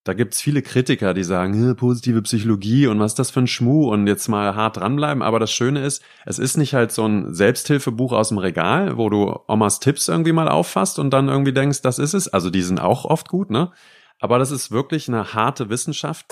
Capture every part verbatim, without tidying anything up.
Da gibt's viele Kritiker, die sagen, positive Psychologie und was ist das für ein Schmuh und jetzt mal hart dranbleiben. Aber das Schöne ist, es ist nicht halt so ein Selbsthilfebuch aus dem Regal, wo du Omas Tipps irgendwie mal auffasst und dann irgendwie denkst, das ist es. Also die sind auch oft gut, ne? Aber das ist wirklich eine harte Wissenschaft.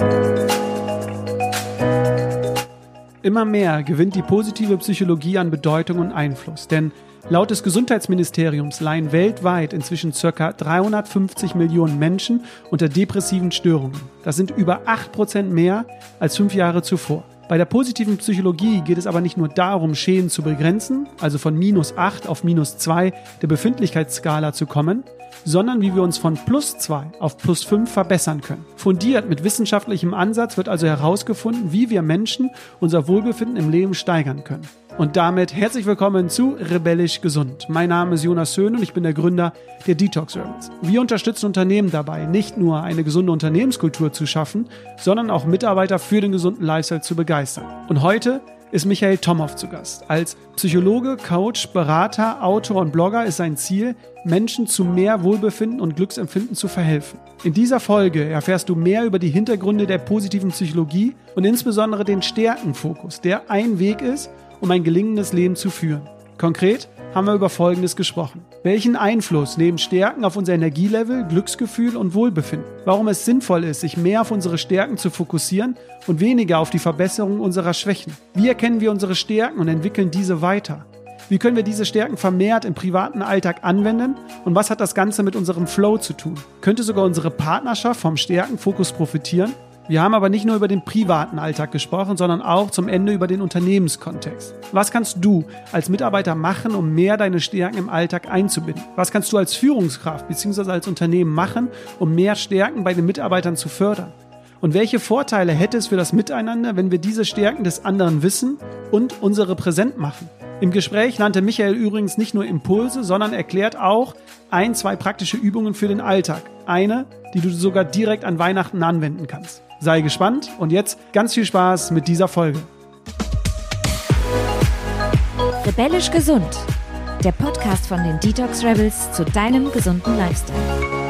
Immer mehr gewinnt die positive Psychologie an Bedeutung und Einfluss, denn laut des Gesundheitsministeriums leiden weltweit inzwischen ca. dreihundertfünfzig Millionen Menschen unter depressiven Störungen. Das sind über acht Prozent mehr als fünf Jahre zuvor. Bei der positiven Psychologie geht es aber nicht nur darum, Schäden zu begrenzen, also von minus acht auf minus zwei der Befindlichkeitsskala zu kommen, sondern wie wir uns von plus zwei auf plus fünf verbessern können. Fundiert mit wissenschaftlichem Ansatz wird also herausgefunden, wie wir Menschen unser Wohlbefinden im Leben steigern können. Und damit herzlich willkommen zu Rebellisch Gesund. Mein Name ist Jonas Höhn und ich bin der Gründer der Detox Rebels. Wir unterstützen Unternehmen dabei, nicht nur eine gesunde Unternehmenskultur zu schaffen, sondern auch Mitarbeiter für den gesunden Lifestyle zu begeistern. Und heute ist Michael Tomhoff zu Gast. Als Psychologe, Coach, Berater, Autor und Blogger ist sein Ziel, Menschen zu mehr Wohlbefinden und Glücksempfinden zu verhelfen. In dieser Folge erfährst du mehr über die Hintergründe der positiven Psychologie und insbesondere den Stärkenfokus, der ein Weg ist, um ein gelingendes Leben zu führen. Konkret haben wir über Folgendes gesprochen. Welchen Einfluss nehmen Stärken auf unser Energielevel, Glücksgefühl und Wohlbefinden? Warum es sinnvoll ist, sich mehr auf unsere Stärken zu fokussieren und weniger auf die Verbesserung unserer Schwächen? Wie erkennen wir unsere Stärken und entwickeln diese weiter? Wie können wir diese Stärken vermehrt im privaten Alltag anwenden? Und was hat das Ganze mit unserem Flow zu tun? Könnte sogar unsere Partnerschaft vom Stärkenfokus profitieren? Wir haben aber nicht nur über den privaten Alltag gesprochen, sondern auch zum Ende über den Unternehmenskontext. Was kannst du als Mitarbeiter machen, um mehr deine Stärken im Alltag einzubinden? Was kannst du als Führungskraft bzw. als Unternehmen machen, um mehr Stärken bei den Mitarbeitern zu fördern? Und welche Vorteile hätte es für das Miteinander, wenn wir diese Stärken des anderen wissen und unsere präsent machen? Im Gespräch nannte Michael übrigens nicht nur Impulse, sondern erklärt auch ein, zwei praktische Übungen für den Alltag. Eine, die du sogar direkt an Weihnachten anwenden kannst. Sei gespannt und jetzt ganz viel Spaß mit dieser Folge. Rebellisch Gesund, der Podcast von den Detox Rebels zu deinem gesunden Lifestyle.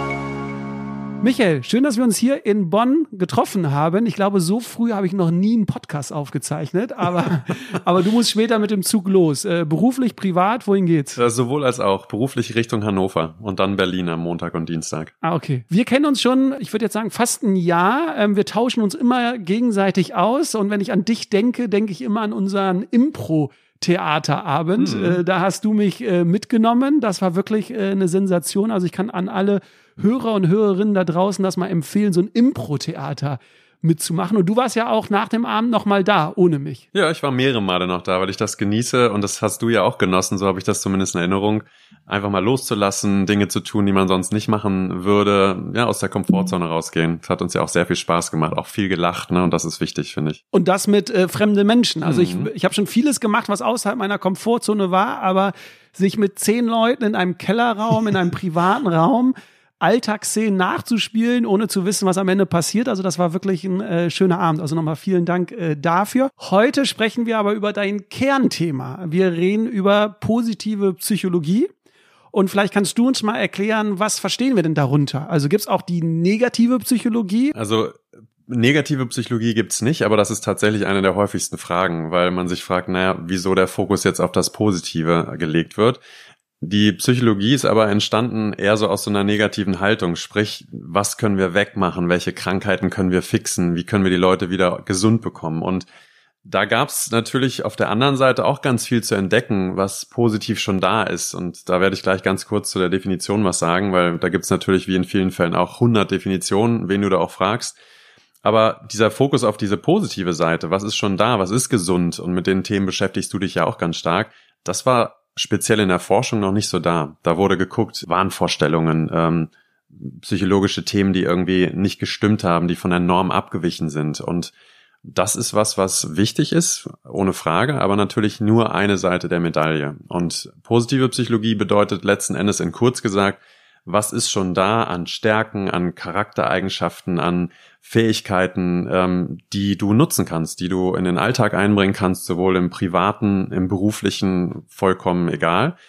Michael, schön, dass wir uns hier in Bonn getroffen haben. Ich glaube, so früh habe ich noch nie einen Podcast aufgezeichnet, aber, aber du musst später mit dem Zug los. Äh, beruflich, privat, wohin geht's? Äh, sowohl als auch. Beruflich Richtung Hannover und dann Berlin am Montag und Dienstag. Ah, okay. Wir kennen uns schon, ich würde jetzt sagen, fast ein Jahr. Ähm, wir tauschen uns immer gegenseitig aus und wenn ich an dich denke, denke ich immer an unseren Impro- Theaterabend. Mhm. Äh, da hast du mich äh, mitgenommen. Das war wirklich äh, eine Sensation. Also ich kann an alle Hörer und Hörerinnen da draußen das mal empfehlen, so ein Impro-Theater mitzumachen. Und du warst ja auch nach dem Abend noch mal da, ohne mich. Ja, ich war mehrere Male noch da, weil ich das genieße und das hast du ja auch genossen, so habe ich das zumindest in Erinnerung, einfach mal loszulassen, Dinge zu tun, die man sonst nicht machen würde, ja, aus der Komfortzone rausgehen. Das hat uns ja auch sehr viel Spaß gemacht, auch viel gelacht, ne, und das ist wichtig, finde ich. Und das mit äh, fremden Menschen. Also mhm. ich, ich habe schon vieles gemacht, was außerhalb meiner Komfortzone war, aber sich mit zehn Leuten in einem Kellerraum, in einem privaten Raum Alltagsszenen nachzuspielen, ohne zu wissen, was am Ende passiert. Also das war wirklich ein äh, schöner Abend. Also nochmal vielen Dank äh, dafür. Heute sprechen wir aber über dein Kernthema. Wir reden über positive Psychologie. Und vielleicht kannst du uns mal erklären, was verstehen wir denn darunter? Also gibt's auch die negative Psychologie? Also negative Psychologie gibt's nicht, aber das ist tatsächlich eine der häufigsten Fragen, weil man sich fragt, naja, wieso der Fokus jetzt auf das Positive gelegt wird. Die Psychologie ist aber entstanden eher so aus so einer negativen Haltung, sprich, was können wir wegmachen, welche Krankheiten können wir fixen, wie können wir die Leute wieder gesund bekommen, und da gab's natürlich auf der anderen Seite auch ganz viel zu entdecken, was positiv schon da ist, und da werde ich gleich ganz kurz zu der Definition was sagen, weil da gibt's natürlich wie in vielen Fällen auch hundert Definitionen, wen du da auch fragst, aber dieser Fokus auf diese positive Seite, was ist schon da, was ist gesund, und mit den Themen beschäftigst du dich ja auch ganz stark, das war speziell in der Forschung noch nicht so da. Da wurde geguckt, Wahnvorstellungen, ähm, psychologische Themen, die irgendwie nicht gestimmt haben, die von der Norm abgewichen sind. Und das ist was, was wichtig ist, ohne Frage, aber natürlich nur eine Seite der Medaille. Und positive Psychologie bedeutet letzten Endes in kurz gesagt, was ist schon da an Stärken, an Charaktereigenschaften, an Fähigkeiten, ähm, die du nutzen kannst, die du in den Alltag einbringen kannst, sowohl im Privaten, im Beruflichen, vollkommen egal.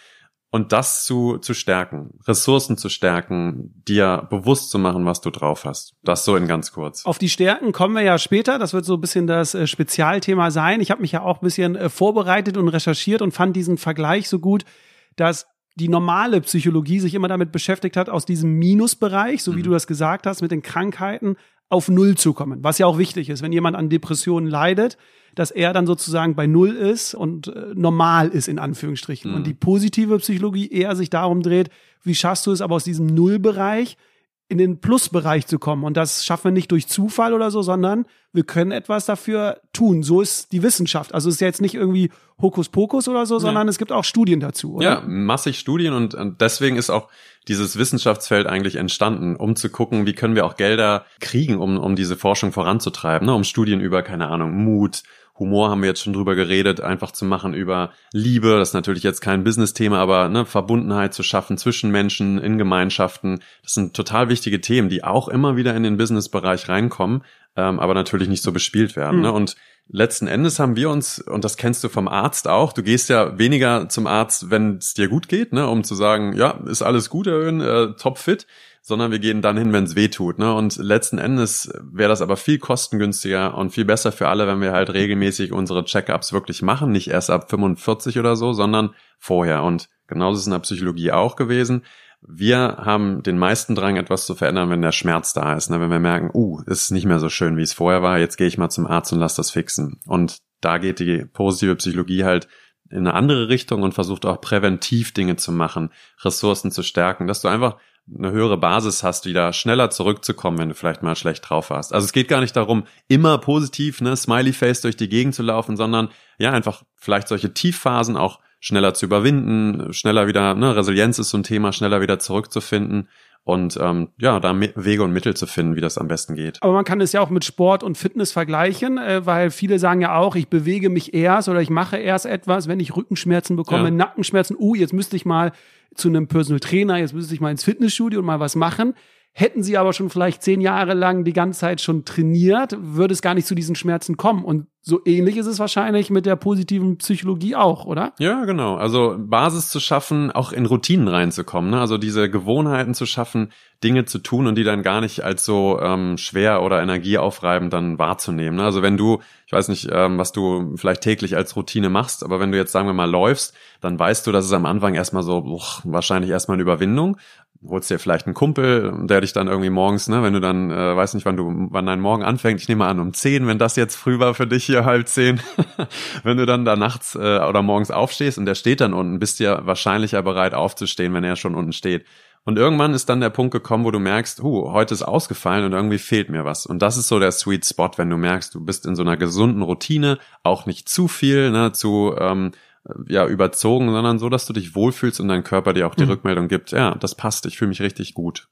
Und das zu, zu stärken, Ressourcen zu stärken, dir bewusst zu machen, was du drauf hast. Das so in ganz kurz. Auf die Stärken kommen wir ja später. Das wird so ein bisschen das äh, Spezialthema sein. Ich habe mich ja auch ein bisschen äh, vorbereitet und recherchiert und fand diesen Vergleich so gut, dass die normale Psychologie sich immer damit beschäftigt hat, aus diesem Minusbereich, so wie mhm. du das gesagt hast, mit den Krankheiten auf Null zu kommen. Was ja auch wichtig ist, wenn jemand an Depressionen leidet, dass er dann sozusagen bei Null ist und äh, normal ist, in Anführungsstrichen. Mhm. Und die positive Psychologie eher sich darum dreht, wie schaffst du es aber aus diesem Nullbereich in den Plusbereich zu kommen. Und das schaffen wir nicht durch Zufall oder so, sondern wir können etwas dafür tun. So ist die Wissenschaft. Also es ist ja jetzt nicht irgendwie Hokuspokus oder so, sondern ja. es gibt auch Studien dazu, oder? Ja, massig Studien und, und deswegen ist auch dieses Wissenschaftsfeld eigentlich entstanden, um zu gucken, wie können wir auch Gelder kriegen, um, um diese Forschung voranzutreiben, ne? Um Studien über, keine Ahnung, Mut, Humor haben wir jetzt schon drüber geredet, einfach zu machen über Liebe, das ist natürlich jetzt kein Business-Thema, aber ne, Verbundenheit zu schaffen zwischen Menschen, in Gemeinschaften, das sind total wichtige Themen, die auch immer wieder in den Business-Bereich reinkommen, ähm, aber natürlich nicht so bespielt werden. Mhm. Ne? Und letzten Endes haben wir uns, und das kennst du vom Arzt auch, du gehst ja weniger zum Arzt, wenn es dir gut geht, ne, um zu sagen, ja, ist alles gut, Erhöhen, äh, topfit, sondern wir gehen dann hin, wenn es weh tut, ne? Und letzten Endes wäre das aber viel kostengünstiger und viel besser für alle, wenn wir halt regelmäßig unsere Check-ups wirklich machen, nicht erst ab fünfundvierzig oder so, sondern vorher. Und genauso ist es in der Psychologie auch gewesen. Wir haben den meisten Drang, etwas zu verändern, wenn der Schmerz da ist, ne? Wenn wir merken, uh, es ist nicht mehr so schön, wie es vorher war, jetzt gehe ich mal zum Arzt und lass das fixen. Und da geht die positive Psychologie halt in eine andere Richtung und versucht auch präventiv Dinge zu machen, Ressourcen zu stärken, dass du einfach eine höhere Basis hast, wieder schneller zurückzukommen, wenn du vielleicht mal schlecht drauf warst. Also es geht gar nicht darum, immer positiv, ne, Smiley Face durch die Gegend zu laufen, sondern ja, einfach vielleicht solche Tiefphasen auch schneller zu überwinden, schneller wieder, ne, Resilienz ist so ein Thema, schneller wieder zurückzufinden und ähm, ja, da Wege und Mittel zu finden, wie das am besten geht. Aber man kann es ja auch mit Sport und Fitness vergleichen, äh, weil viele sagen ja auch, ich bewege mich erst oder ich mache erst etwas, wenn ich Rückenschmerzen bekomme, ja. Nackenschmerzen, uh, jetzt müsste ich mal zu einem Personal Trainer, jetzt müsste ich mal ins Fitnessstudio und mal was machen. Hätten sie aber schon vielleicht zehn Jahre lang die ganze Zeit schon trainiert, würde es gar nicht zu diesen Schmerzen kommen. Und so ähnlich ist es wahrscheinlich mit der positiven Psychologie auch, oder? Ja, genau. Also Basis zu schaffen, auch in Routinen reinzukommen, ne? Also diese Gewohnheiten zu schaffen, Dinge zu tun und die dann gar nicht als so ähm, schwer oder energieaufreibend dann wahrzunehmen, ne? Also wenn du, ich weiß nicht, ähm, was du vielleicht täglich als Routine machst, aber wenn du jetzt, sagen wir mal, läufst, dann weißt du, dass es am Anfang erstmal so, uch, wahrscheinlich erstmal eine Überwindung. Holst dir vielleicht einen Kumpel, der dich dann irgendwie morgens, ne, wenn du dann, äh, weiß nicht, wann du, wann dein Morgen anfängt, ich nehme an um zehn, wenn das jetzt früh war für dich hier, halb zehn, wenn du dann da nachts äh, oder morgens aufstehst und der steht dann unten, bist du ja wahrscheinlich ja bereit aufzustehen, wenn er schon unten steht. Und irgendwann ist dann der Punkt gekommen, wo du merkst, huh, heute ist ausgefallen und irgendwie fehlt mir was. Und das ist so der Sweet Spot, wenn du merkst, du bist in so einer gesunden Routine, auch nicht zu viel, ne, zu ähm, ja überzogen, sondern so, dass du dich wohlfühlst und dein Körper dir auch die mhm. Rückmeldung gibt, ja, das passt, ich fühle mich richtig gut.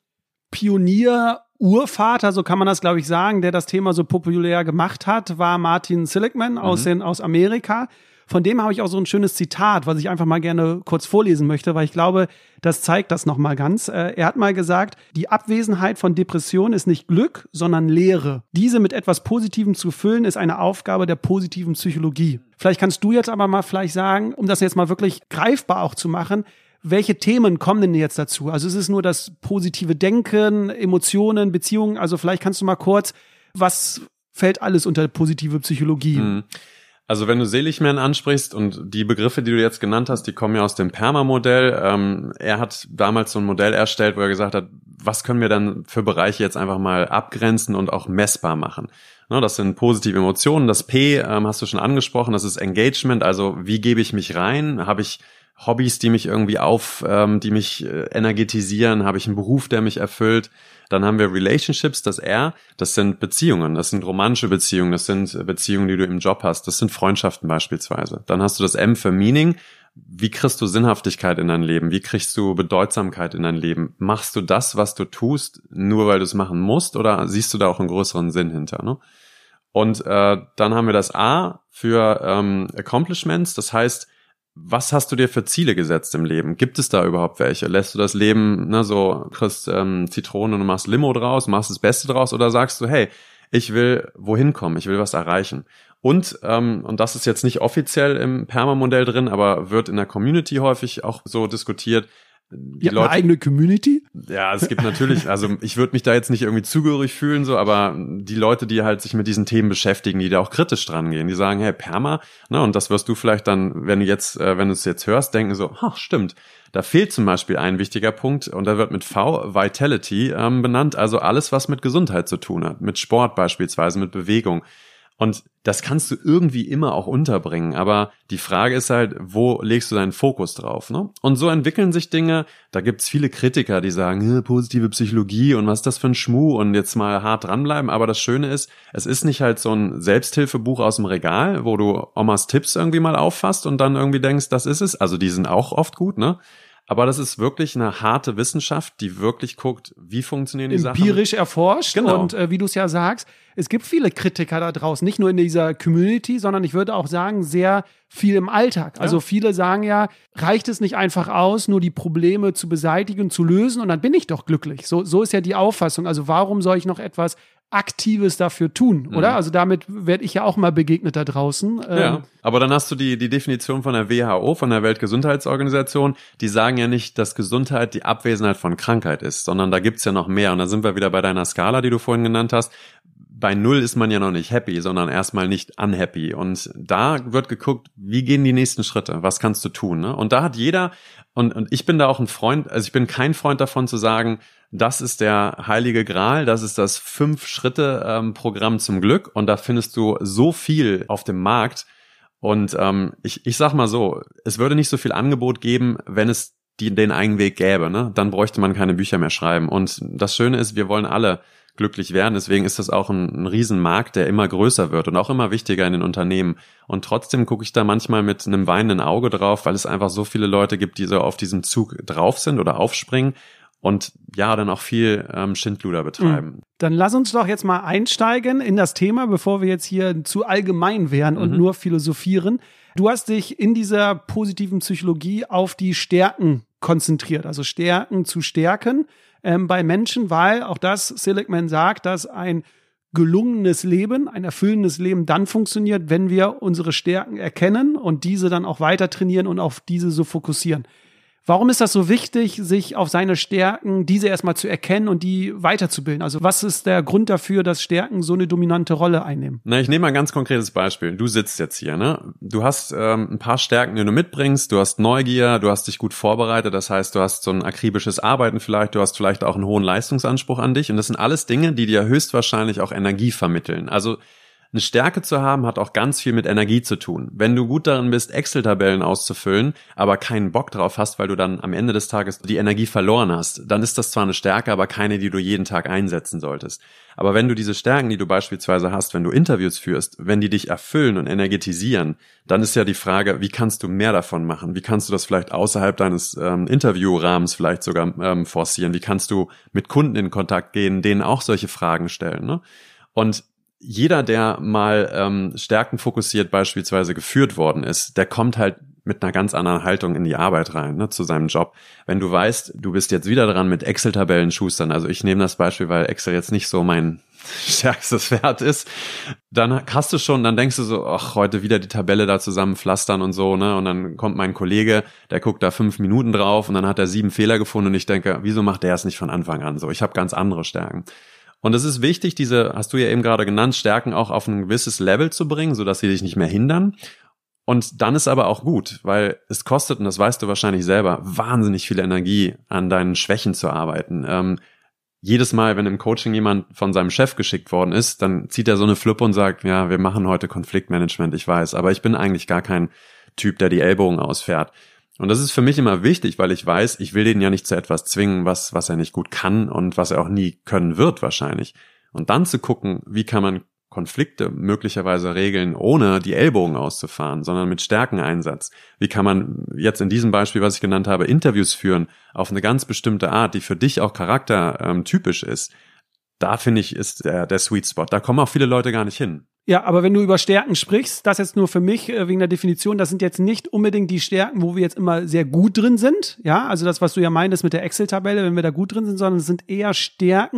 Pionier, Urvater, so kann man das, glaube ich, sagen, der das Thema so populär gemacht hat, war Martin Seligman mhm. aus, den, aus Amerika. Von dem habe ich auch so ein schönes Zitat, was ich einfach mal gerne kurz vorlesen möchte, weil ich glaube, das zeigt das nochmal ganz. Er hat mal gesagt, die Abwesenheit von Depression ist nicht Glück, sondern Leere. Diese mit etwas Positivem zu füllen, ist eine Aufgabe der positiven Psychologie. Vielleicht kannst du jetzt aber mal vielleicht sagen, um das jetzt mal wirklich greifbar auch zu machen, welche Themen kommen denn jetzt dazu? Also es ist nur das positive Denken, Emotionen, Beziehungen. Also vielleicht kannst du mal kurz, was fällt alles unter positive Psychologie? Mhm. Also wenn du Seligman ansprichst und die Begriffe, die du jetzt genannt hast, die kommen ja aus dem PERMA-Modell. Ähm, er hat damals so ein Modell erstellt, wo er gesagt hat, was können wir dann für Bereiche jetzt einfach mal abgrenzen und auch messbar machen. Ne, das sind positive Emotionen. Das P ähm, hast du schon angesprochen, das ist Engagement, also wie gebe ich mich rein? Habe ich Hobbys, die mich irgendwie auf, ähm, die mich äh, energetisieren? Habe ich einen Beruf, der mich erfüllt? Dann haben wir Relationships, das R, das sind Beziehungen, das sind romantische Beziehungen, das sind Beziehungen, die du im Job hast, das sind Freundschaften beispielsweise. Dann hast du das M für Meaning. Wie kriegst du Sinnhaftigkeit in dein Leben? Wie kriegst du Bedeutsamkeit in dein Leben? Machst du das, was du tust, nur weil du es machen musst, oder siehst du da auch einen größeren Sinn hinter, ne? Und äh, dann haben wir das A für ähm, Accomplishments, das heißt, was hast du dir für Ziele gesetzt im Leben? Gibt es da überhaupt welche? Lässt du das Leben, ne, so kriegst ähm, Zitronen und machst Limo draus, machst das Beste draus, oder sagst du, hey, ich will wohin kommen, ich will was erreichen? Und, ähm, und das ist jetzt nicht offiziell im PERMA-Modell drin, aber wird in der Community häufig auch so diskutiert. Die Ihr habt eine eigene Community? Ja, es gibt natürlich, also ich würde mich da jetzt nicht irgendwie zugehörig fühlen, so, aber die Leute, die halt sich mit diesen Themen beschäftigen, die da auch kritisch dran gehen, die sagen, hey, PERMA, ne, und das wirst du vielleicht dann, wenn du jetzt, äh, wenn du es jetzt hörst, denken so, ach, stimmt, da fehlt zum Beispiel ein wichtiger Punkt und da wird mit V Vitality ähm, benannt, also alles, was mit Gesundheit zu tun hat, mit Sport beispielsweise, mit Bewegung. Und das kannst du irgendwie immer auch unterbringen, aber die Frage ist halt, wo legst du deinen Fokus drauf, ne? Und so entwickeln sich Dinge, da gibt's viele Kritiker, die sagen, positive Psychologie und was ist das für ein Schmuh und jetzt mal hart dranbleiben, aber das Schöne ist, es ist nicht halt so ein Selbsthilfebuch aus dem Regal, wo du Omas Tipps irgendwie mal auffasst und dann irgendwie denkst, das ist es, also die sind auch oft gut, ne? Aber das ist wirklich eine harte Wissenschaft, die wirklich guckt, wie funktionieren die Sachen. Empirisch erforscht. Genau. Und äh, wie du es ja sagst, es gibt viele Kritiker da draußen, nicht nur in dieser Community, sondern ich würde auch sagen, sehr viel im Alltag. Also ja. Viele sagen ja, reicht es nicht einfach aus, nur die Probleme zu beseitigen, zu lösen und dann bin ich doch glücklich. So, so ist ja die Auffassung. Also warum soll ich noch etwas Aktives dafür tun, oder? Mhm. Also damit werde ich ja auch mal begegnet da draußen. Ja, ähm, aber dann hast du die die Definition von der W H O, von der Weltgesundheitsorganisation, die sagen ja nicht, dass Gesundheit die Abwesenheit von Krankheit ist, sondern da gibt's ja noch mehr. Und da sind wir wieder bei deiner Skala, die du vorhin genannt hast. Bei Null ist man ja noch nicht happy, sondern erstmal nicht unhappy. Und da wird geguckt, wie gehen die nächsten Schritte? Was kannst du tun? Ne? Und da hat jeder, und, und ich bin da auch ein Freund, also ich bin kein Freund davon zu sagen, das ist der heilige Gral, das ist das Fünf-Schritte-Programm zum Glück und da findest du so viel auf dem Markt und ähm, ich, ich sag mal so, es würde nicht so viel Angebot geben, wenn es die, den einen Weg gäbe, ne? Dann bräuchte man keine Bücher mehr schreiben und das Schöne ist, wir wollen alle glücklich werden, deswegen ist das auch ein, ein Riesenmarkt, der immer größer wird und auch immer wichtiger in den Unternehmen und trotzdem gucke ich da manchmal mit einem weinenden Auge drauf, weil es einfach so viele Leute gibt, die so auf diesem Zug drauf sind oder aufspringen und ja, dann auch viel ähm, Schindluder betreiben. Dann lass uns doch jetzt mal einsteigen in das Thema, bevor wir jetzt hier zu allgemein werden und mhm. nur philosophieren. Du hast dich in dieser positiven Psychologie auf die Stärken konzentriert, also Stärken zu stärken ähm, bei Menschen, weil auch das Seligman sagt, dass ein gelungenes Leben, ein erfüllendes Leben dann funktioniert, wenn wir unsere Stärken erkennen und diese dann auch weiter trainieren und auf diese so fokussieren. Warum ist das so wichtig, sich auf seine Stärken, diese erstmal zu erkennen und die weiterzubilden? Also was ist der Grund dafür, dass Stärken so eine dominante Rolle einnehmen? Na, ich nehme mal ein ganz konkretes Beispiel. Du sitzt jetzt hier, ne? Du hast ähm, ein paar Stärken, die du mitbringst. Du hast Neugier, du hast dich gut vorbereitet. Das heißt, du hast so ein akribisches Arbeiten vielleicht. Du hast vielleicht auch einen hohen Leistungsanspruch an dich. Und das sind alles Dinge, die dir höchstwahrscheinlich auch Energie vermitteln. Also eine Stärke zu haben, hat auch ganz viel mit Energie zu tun. Wenn du gut darin bist, Excel-Tabellen auszufüllen, aber keinen Bock drauf hast, weil du dann am Ende des Tages die Energie verloren hast, dann ist das zwar eine Stärke, aber keine, die du jeden Tag einsetzen solltest. Aber wenn du diese Stärken, die du beispielsweise hast, wenn du Interviews führst, wenn die dich erfüllen und energetisieren, dann ist ja die Frage, wie kannst du mehr davon machen? Wie kannst du das vielleicht außerhalb deines ähm, Interviewrahmens vielleicht sogar ähm, forcieren? Wie kannst du mit Kunden in Kontakt gehen, denen auch solche Fragen stellen, ne? Und jeder, der mal ähm, stärkenfokussiert beispielsweise geführt worden ist, der kommt halt mit einer ganz anderen Haltung in die Arbeit rein, ne, zu seinem Job. Wenn du weißt, du bist jetzt wieder dran mit Excel-Tabellen schustern, also ich nehme das Beispiel, weil Excel jetzt nicht so mein stärkstes Wert ist, dann hast du schon, dann denkst du so, ach, heute wieder die Tabelle da zusammenpflastern und so, ne, und dann kommt mein Kollege, der guckt da fünf Minuten drauf und dann hat er sieben Fehler gefunden und ich denke, wieso macht der es nicht von Anfang an so? Ich habe ganz andere Stärken. Und es ist wichtig, diese, hast du ja eben gerade genannt, Stärken auch auf ein gewisses Level zu bringen, sodass sie dich nicht mehr hindern. Und dann ist aber auch gut, weil es kostet, und das weißt du wahrscheinlich selber, wahnsinnig viel Energie, an deinen Schwächen zu arbeiten. Ähm, jedes Mal, wenn im Coaching jemand von seinem Chef geschickt worden ist, dann zieht er so eine Fluppe und sagt, ja, wir machen heute Konfliktmanagement, ich weiß, aber ich bin eigentlich gar kein Typ, der die Ellbogen ausfährt. Und das ist für mich immer wichtig, weil ich weiß, ich will den ja nicht zu etwas zwingen, was was er nicht gut kann und was er auch nie können wird wahrscheinlich. Und dann zu gucken, wie kann man Konflikte möglicherweise regeln, ohne die Ellbogen auszufahren, sondern mit Stärkeneinsatz. Wie kann man jetzt in diesem Beispiel, was ich genannt habe, Interviews führen auf eine ganz bestimmte Art, die für dich auch charaktertypisch ähm, ist. Da finde ich, ist der, der Sweet Spot. Da kommen auch viele Leute gar nicht hin. Ja, aber wenn du über Stärken sprichst, das jetzt nur für mich äh, wegen der Definition, das sind jetzt nicht unbedingt die Stärken, wo wir jetzt immer sehr gut drin sind. Ja, also das, was du ja meintest mit der Excel-Tabelle, wenn wir da gut drin sind, sondern es sind eher Stärken,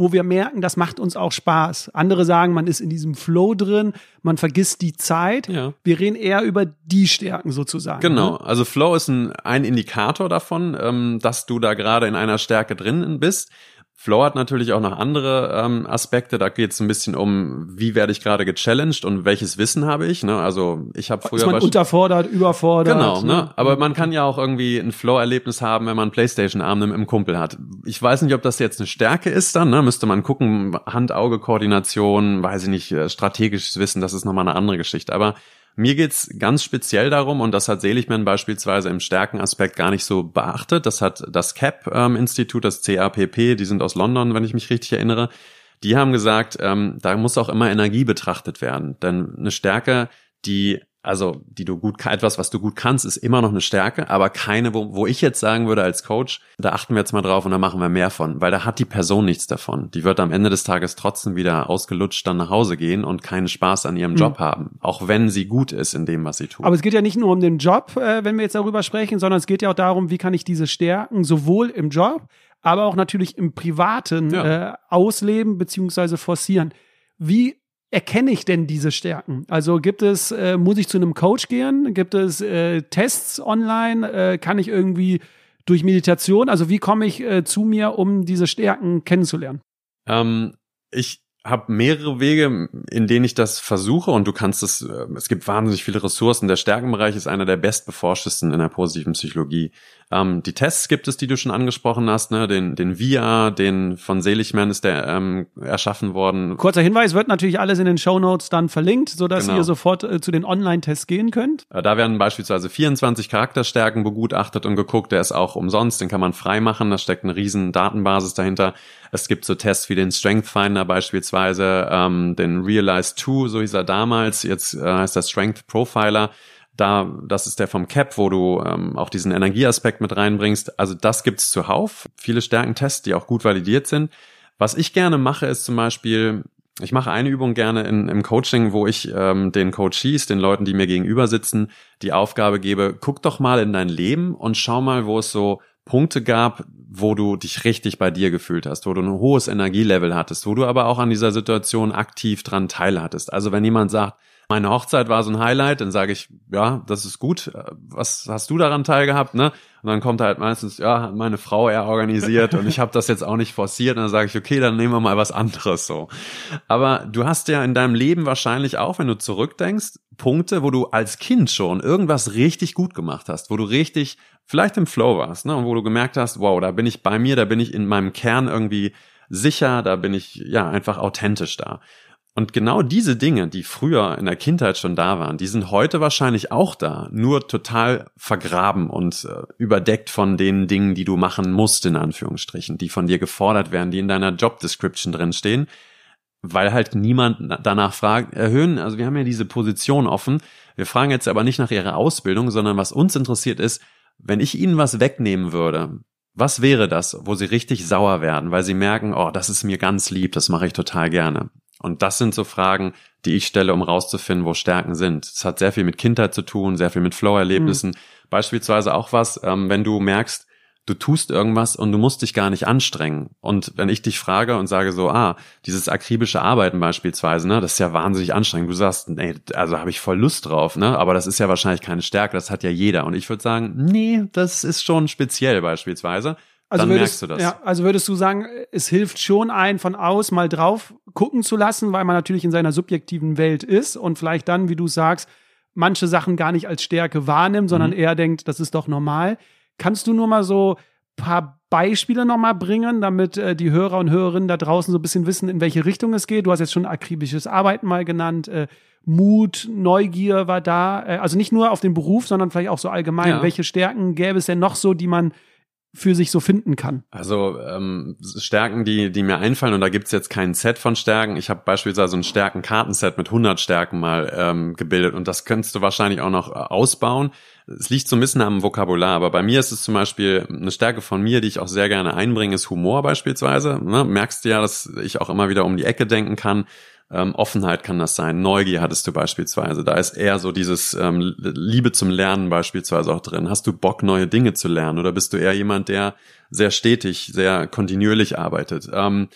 wo wir merken, das macht uns auch Spaß. Andere sagen, man ist in diesem Flow drin, man vergisst die Zeit. Ja. Wir reden eher über die Stärken sozusagen. Genau, ne? also Flow ist ein, ein Indikator davon, ähm, dass du da gerade in einer Stärke drin bist. Flow hat natürlich auch noch andere ähm, Aspekte. Da geht es ein bisschen um, wie werde ich gerade gechallenged und welches Wissen habe ich. Ne? Also ich habe früher ist man unterfordert, überfordert. Genau, ne? Aber man kann ja auch irgendwie ein Flow-Erlebnis haben, wenn man einen Playstation-Abend mit einem Kumpel hat. Ich weiß nicht, ob das jetzt eine Stärke ist dann. Ne? Müsste man gucken, Hand-Auge-Koordination, weiß ich nicht, strategisches Wissen, das ist nochmal eine andere Geschichte. Aber mir geht's ganz speziell darum, und das hat Seligman beispielsweise im Stärkenaspekt gar nicht so beachtet. Das hat das C A P-Institut, das C A P P, die sind aus London, wenn ich mich richtig erinnere. Die haben gesagt, ähm, da muss auch immer Energie betrachtet werden. Denn eine Stärke, die also die du gut, etwas, was du gut kannst, ist immer noch eine Stärke, aber keine, wo, wo ich jetzt sagen würde als Coach, da achten wir jetzt mal drauf und da machen wir mehr von, weil da hat die Person nichts davon. Die wird am Ende des Tages trotzdem wieder ausgelutscht dann nach Hause gehen und keinen Spaß an ihrem mhm. Job haben, auch wenn sie gut ist in dem, was sie tut. Aber es geht ja nicht nur um den Job, äh, wenn wir jetzt darüber sprechen, sondern es geht ja auch darum, wie kann ich diese Stärken sowohl im Job, aber auch natürlich im Privaten ja. äh, ausleben bzw. forcieren. Wie erkenne ich denn diese Stärken? Also gibt es, äh, muss ich zu einem Coach gehen? Gibt es äh, Tests online? Äh, kann ich irgendwie durch Meditation? Also wie komme ich äh, zu mir, um diese Stärken kennenzulernen? Ähm, ich habe mehrere Wege, in denen ich das versuche, und du kannst es, es gibt wahnsinnig viele Ressourcen. Der Stärkenbereich ist einer der bestbeforschtesten in der positiven Psychologie. Ähm, die Tests gibt es, die du schon angesprochen hast, ne, den den V R, den von Seligman ist der ähm, erschaffen worden. Kurzer Hinweis, wird natürlich alles in den Shownotes dann verlinkt, sodass genau. ihr sofort äh, zu den Online-Tests gehen könnt. Äh, da werden beispielsweise vierundzwanzig Charakterstärken begutachtet und geguckt, der ist auch umsonst, den kann man frei machen, da steckt eine riesen Datenbasis dahinter. Es gibt so Tests wie den Strength Finder beispielsweise, ähm, den Realize zwei, so hieß er damals, jetzt äh, heißt der Strength Profiler. Da, das ist der vom C A P, wo du ähm, auch diesen Energieaspekt mit reinbringst. Also das gibt's zuhauf. Viele Stärkentests, die auch gut validiert sind. Was ich gerne mache, ist zum Beispiel, ich mache eine Übung gerne in, im Coaching, wo ich ähm, den Coachees, den Leuten, die mir gegenüber sitzen, die Aufgabe gebe, guck doch mal in dein Leben und schau mal, wo es so Punkte gab, wo du dich richtig bei dir gefühlt hast, wo du ein hohes Energielevel hattest, wo du aber auch an dieser Situation aktiv dran teilhattest. Also wenn jemand sagt, meine Hochzeit war so ein Highlight, dann sage ich, ja, das ist gut. Was hast du daran teilgehabt, ne? Und dann kommt halt meistens, ja, hat meine Frau eher organisiert und ich habe das jetzt auch nicht forciert. Und dann sage ich, okay, dann nehmen wir mal was anderes so. Aber du hast ja in deinem Leben wahrscheinlich auch, wenn du zurückdenkst, Punkte, wo du als Kind schon irgendwas richtig gut gemacht hast, wo du richtig vielleicht im Flow warst, ne? Und wo du gemerkt hast, wow, da bin ich bei mir, da bin ich in meinem Kern irgendwie sicher, da bin ich ja einfach authentisch da. Und genau diese Dinge, die früher in der Kindheit schon da waren, die sind heute wahrscheinlich auch da, nur total vergraben und äh, überdeckt von den Dingen, die du machen musst, in Anführungsstrichen, die von dir gefordert werden, die in deiner Job Description drin stehen, weil halt niemand danach fragt, erhöhen, also wir haben ja diese Position offen, wir fragen jetzt aber nicht nach ihrer Ausbildung, sondern was uns interessiert ist, wenn ich ihnen was wegnehmen würde, was wäre das, wo sie richtig sauer werden, weil sie merken, oh, das ist mir ganz lieb, das mache ich total gerne. Und das sind so Fragen, die ich stelle, um rauszufinden, wo Stärken sind. Es hat sehr viel mit Kindheit zu tun, sehr viel mit Flow-Erlebnissen. Mhm. Beispielsweise auch was, ähm, wenn du merkst, du tust irgendwas und du musst dich gar nicht anstrengen. Und wenn ich dich frage und sage so, ah, dieses akribische Arbeiten beispielsweise, ne, das ist ja wahnsinnig anstrengend. Du sagst, ey, also habe ich voll Lust drauf, ne, aber das ist ja wahrscheinlich keine Stärke, das hat ja jeder. Und ich würde sagen, nee, das ist schon speziell beispielsweise. Also dann würdest, merkst du das. Ja, also würdest du sagen, es hilft schon, einen von aus mal drauf gucken zu lassen, weil man natürlich in seiner subjektiven Welt ist und vielleicht dann, wie du sagst, manche Sachen gar nicht als Stärke wahrnimmt, sondern mhm. eher denkt, das ist doch normal. Kannst du nur mal so ein paar Beispiele noch mal bringen, damit äh, die Hörer und Hörerinnen da draußen so ein bisschen wissen, in welche Richtung es geht? Du hast jetzt schon akribisches Arbeiten mal genannt, äh, Mut, Neugier war da. Äh, also nicht nur auf den Beruf, sondern vielleicht auch so allgemein. Ja. Welche Stärken gäbe es denn noch so, die man für sich so finden kann? Also ähm, Stärken, die die mir einfallen, und da gibt's jetzt kein Set von Stärken. Ich habe beispielsweise ein Stärken-Kartenset mit hundert Stärken mal ähm, gebildet, und das könntest du wahrscheinlich auch noch äh, ausbauen. Es liegt so ein bisschen am Vokabular, aber bei mir ist es zum Beispiel eine Stärke von mir, die ich auch sehr gerne einbringe, ist Humor beispielsweise. Ne? Merkst du ja, dass ich auch immer wieder um die Ecke denken kann. Ähm, Offenheit kann das sein, Neugier hattest du beispielsweise. Da ist eher so dieses ähm, Liebe zum Lernen beispielsweise auch drin. Hast du Bock, neue Dinge zu lernen, oder bist du eher jemand, der sehr stetig, sehr kontinuierlich arbeitet? Ähm,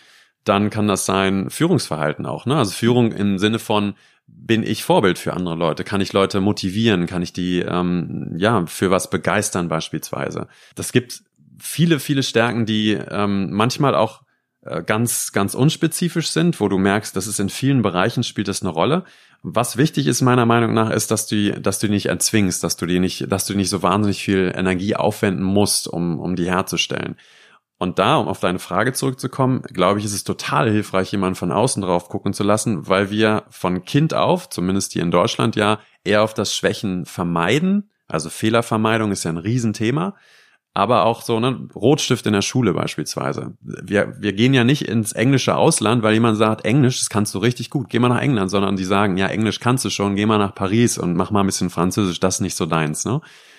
dann kann das sein Führungsverhalten auch, ne? Also Führung im Sinne von, bin ich Vorbild für andere Leute? Kann ich Leute motivieren? Kann ich die ähm, ja für was begeistern beispielsweise? Das gibt viele, viele Stärken, die ähm, manchmal auch äh, ganz, ganz unspezifisch sind, wo du merkst, das ist in vielen Bereichen spielt das eine Rolle. Was wichtig ist meiner Meinung nach, ist, dass du, dass du die nicht erzwingst, dass du die nicht, dass du nicht so wahnsinnig viel Energie aufwenden musst, um, um die herzustellen. Und da, um auf deine Frage zurückzukommen, glaube ich, ist es total hilfreich, jemanden von außen drauf gucken zu lassen, weil wir von Kind auf, zumindest hier in Deutschland ja, eher auf das Schwächen vermeiden. Also Fehlervermeidung ist ja ein Riesenthema. Aber auch so, ne, Rotstift in der Schule beispielsweise. Wir, wir gehen ja nicht ins englische Ausland, weil jemand sagt, Englisch, das kannst du richtig gut, geh mal nach England, sondern die sagen, ja, Englisch kannst du schon, geh mal nach Paris und mach mal ein bisschen Französisch, das ist nicht so deins, ne?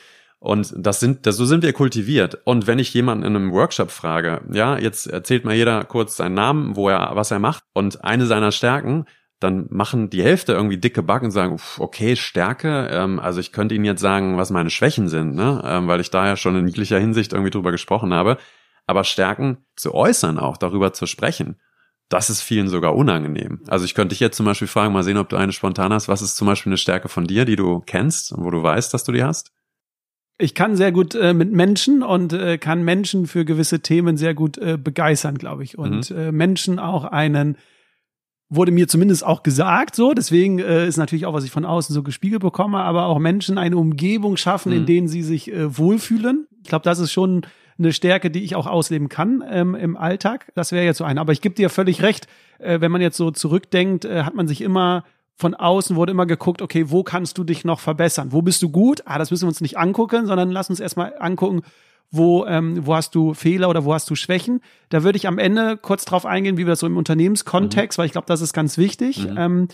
Und das sind, das, so sind wir kultiviert. Und wenn ich jemanden in einem Workshop frage, ja, jetzt erzählt mal jeder kurz seinen Namen, wo er, was er macht und eine seiner Stärken, dann machen die Hälfte irgendwie dicke Backen und sagen, okay, Stärke, ähm, also ich könnte Ihnen jetzt sagen, was meine Schwächen sind, ne, ähm, weil ich da ja schon in jeglicher Hinsicht irgendwie drüber gesprochen habe. Aber Stärken zu äußern auch, darüber zu sprechen, das ist vielen sogar unangenehm. Also ich könnte dich jetzt zum Beispiel fragen, mal sehen, ob du eine spontan hast, was ist zum Beispiel eine Stärke von dir, die du kennst und wo du weißt, dass du die hast? Ich kann sehr gut äh, mit Menschen und äh, kann Menschen für gewisse Themen sehr gut äh, begeistern, glaube ich. Und mhm. äh, Menschen auch einen, wurde mir zumindest auch gesagt, so, deswegen äh, ist natürlich auch, was ich von außen so gespiegelt bekomme, aber auch Menschen eine Umgebung schaffen, mhm. in denen sie sich äh, wohlfühlen. Ich glaube, das ist schon eine Stärke, die ich auch ausleben kann ähm, im Alltag. Das wäre jetzt so eine. Aber ich gebe dir völlig recht, äh, wenn man jetzt so zurückdenkt, äh, hat man sich immer von außen wurde immer geguckt, okay, wo kannst du dich noch verbessern? Wo bist du gut? Ah, das müssen wir uns nicht angucken, sondern lass uns erstmal angucken, wo, ähm, wo hast du Fehler oder wo hast du Schwächen. Da würde ich am Ende kurz drauf eingehen, wie wir das so im Unternehmenskontext, mhm. weil ich glaube, das ist ganz wichtig. Mhm. Ähm,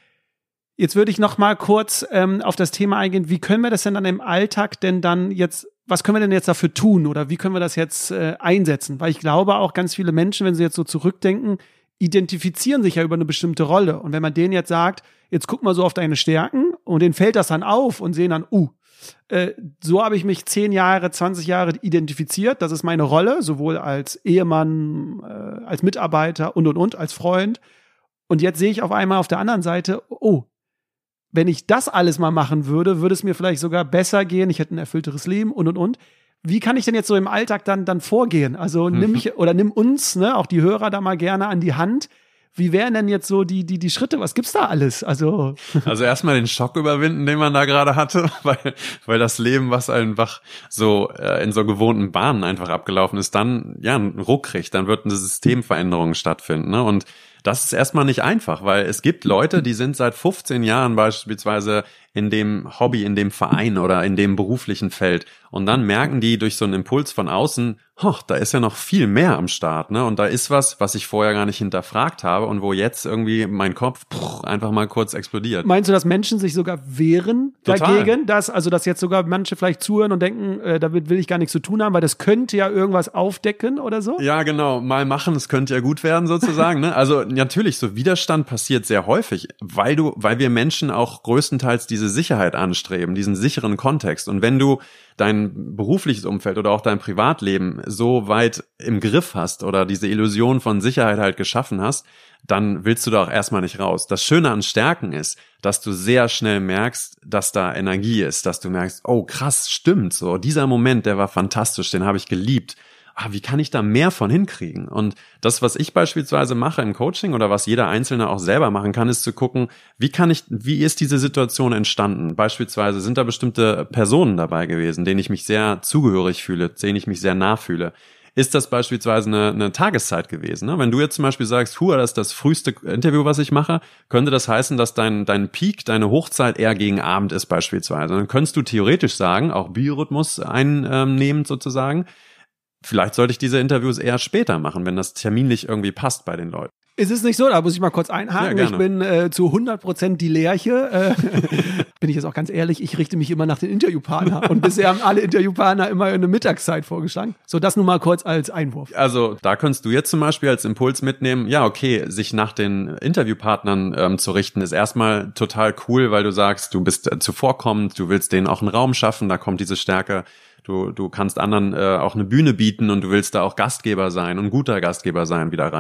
jetzt würde ich noch mal kurz ähm, auf das Thema eingehen, wie können wir das denn dann im Alltag denn dann jetzt, was können wir denn jetzt dafür tun oder wie können wir das jetzt äh, einsetzen? Weil ich glaube auch ganz viele Menschen, wenn sie jetzt so zurückdenken, identifizieren sich ja über eine bestimmte Rolle. Und wenn man denen jetzt sagt, jetzt guck mal so auf deine Stärken und denen fällt das dann auf und sehen dann, uh, äh, so habe ich mich zehn Jahre, zwanzig Jahre identifiziert. Das ist meine Rolle, sowohl als Ehemann, äh, als Mitarbeiter und, und, und, als Freund. Und jetzt sehe ich auf einmal auf der anderen Seite, oh, wenn ich das alles mal machen würde, würde es mir vielleicht sogar besser gehen. Ich hätte ein erfüllteres Leben und, und, und. Wie kann ich denn jetzt so im Alltag dann dann vorgehen? Also nimm ich oder nimm uns, ne, auch die Hörer da mal gerne an die Hand. Wie wären denn jetzt so die die die Schritte? Was gibt's da alles? Also also erstmal den Schock überwinden, den man da gerade hatte, weil weil das Leben, was einfach so äh, in so gewohnten Bahnen einfach abgelaufen ist, dann ja einen Ruck kriegt, dann wird eine Systemveränderung stattfinden, ne? Und das ist erstmal nicht einfach, weil es gibt Leute, die sind seit fünfzehn Jahren beispielsweise in dem Hobby, in dem Verein oder in dem beruflichen Feld und dann merken die durch so einen Impuls von außen, hoch, da ist ja noch viel mehr am Start, ne? Und da ist was, was ich vorher gar nicht hinterfragt habe und wo jetzt irgendwie mein Kopf pff, einfach mal kurz explodiert. Meinst du, dass Menschen sich sogar wehren Total. dagegen, dass also dass jetzt sogar manche vielleicht zuhören und denken, äh, damit will ich gar nichts zu tun haben, weil das könnte ja irgendwas aufdecken oder so? Ja, genau, mal machen, es könnte ja gut werden sozusagen, ne? Also natürlich, so Widerstand passiert sehr häufig, weil du, weil wir Menschen auch größtenteils diese Sicherheit anstreben, diesen sicheren Kontext. Und wenn du dein berufliches Umfeld oder auch dein Privatleben so weit im Griff hast oder diese Illusion von Sicherheit halt geschaffen hast, dann willst du da auch erstmal nicht raus. Das Schöne an Stärken ist, dass du sehr schnell merkst, dass da Energie ist, dass du merkst, oh krass, stimmt, so dieser Moment, der war fantastisch, den habe ich geliebt. Ah, wie kann ich da mehr von hinkriegen? Und das, was ich beispielsweise mache im Coaching oder was jeder Einzelne auch selber machen kann, ist zu gucken, wie kann ich, wie ist diese Situation entstanden? Beispielsweise sind da bestimmte Personen dabei gewesen, denen ich mich sehr zugehörig fühle, denen ich mich sehr nah fühle. Ist das beispielsweise eine, eine Tageszeit gewesen? Ne? Wenn du jetzt zum Beispiel sagst, hua, das ist das früheste Interview, was ich mache, könnte das heißen, dass dein, dein Peak, deine Hochzeit eher gegen Abend ist beispielsweise. Dann könntest du theoretisch sagen, auch Biorhythmus einnehmend sozusagen, vielleicht sollte ich diese Interviews eher später machen, wenn das terminlich irgendwie passt bei den Leuten. Es ist nicht so, da muss ich mal kurz einhaken. Ja, ich bin äh, zu hundert Prozent die Lerche. Äh, bin ich jetzt auch ganz ehrlich, ich richte mich immer nach den Interviewpartnern. Und bisher haben alle Interviewpartner immer eine Mittagszeit vorgeschlagen. So, das nur mal kurz als Einwurf. Also da könntest du jetzt zum Beispiel als Impuls mitnehmen, ja okay, sich nach den Interviewpartnern ähm, zu richten, ist erstmal total cool, weil du sagst, du bist äh, zuvorkommend, du willst denen auch einen Raum schaffen, da kommt diese Stärke. Du, du kannst anderen äh, auch eine Bühne bieten und du willst da auch Gastgeber sein und guter Gastgeber sein wieder rein.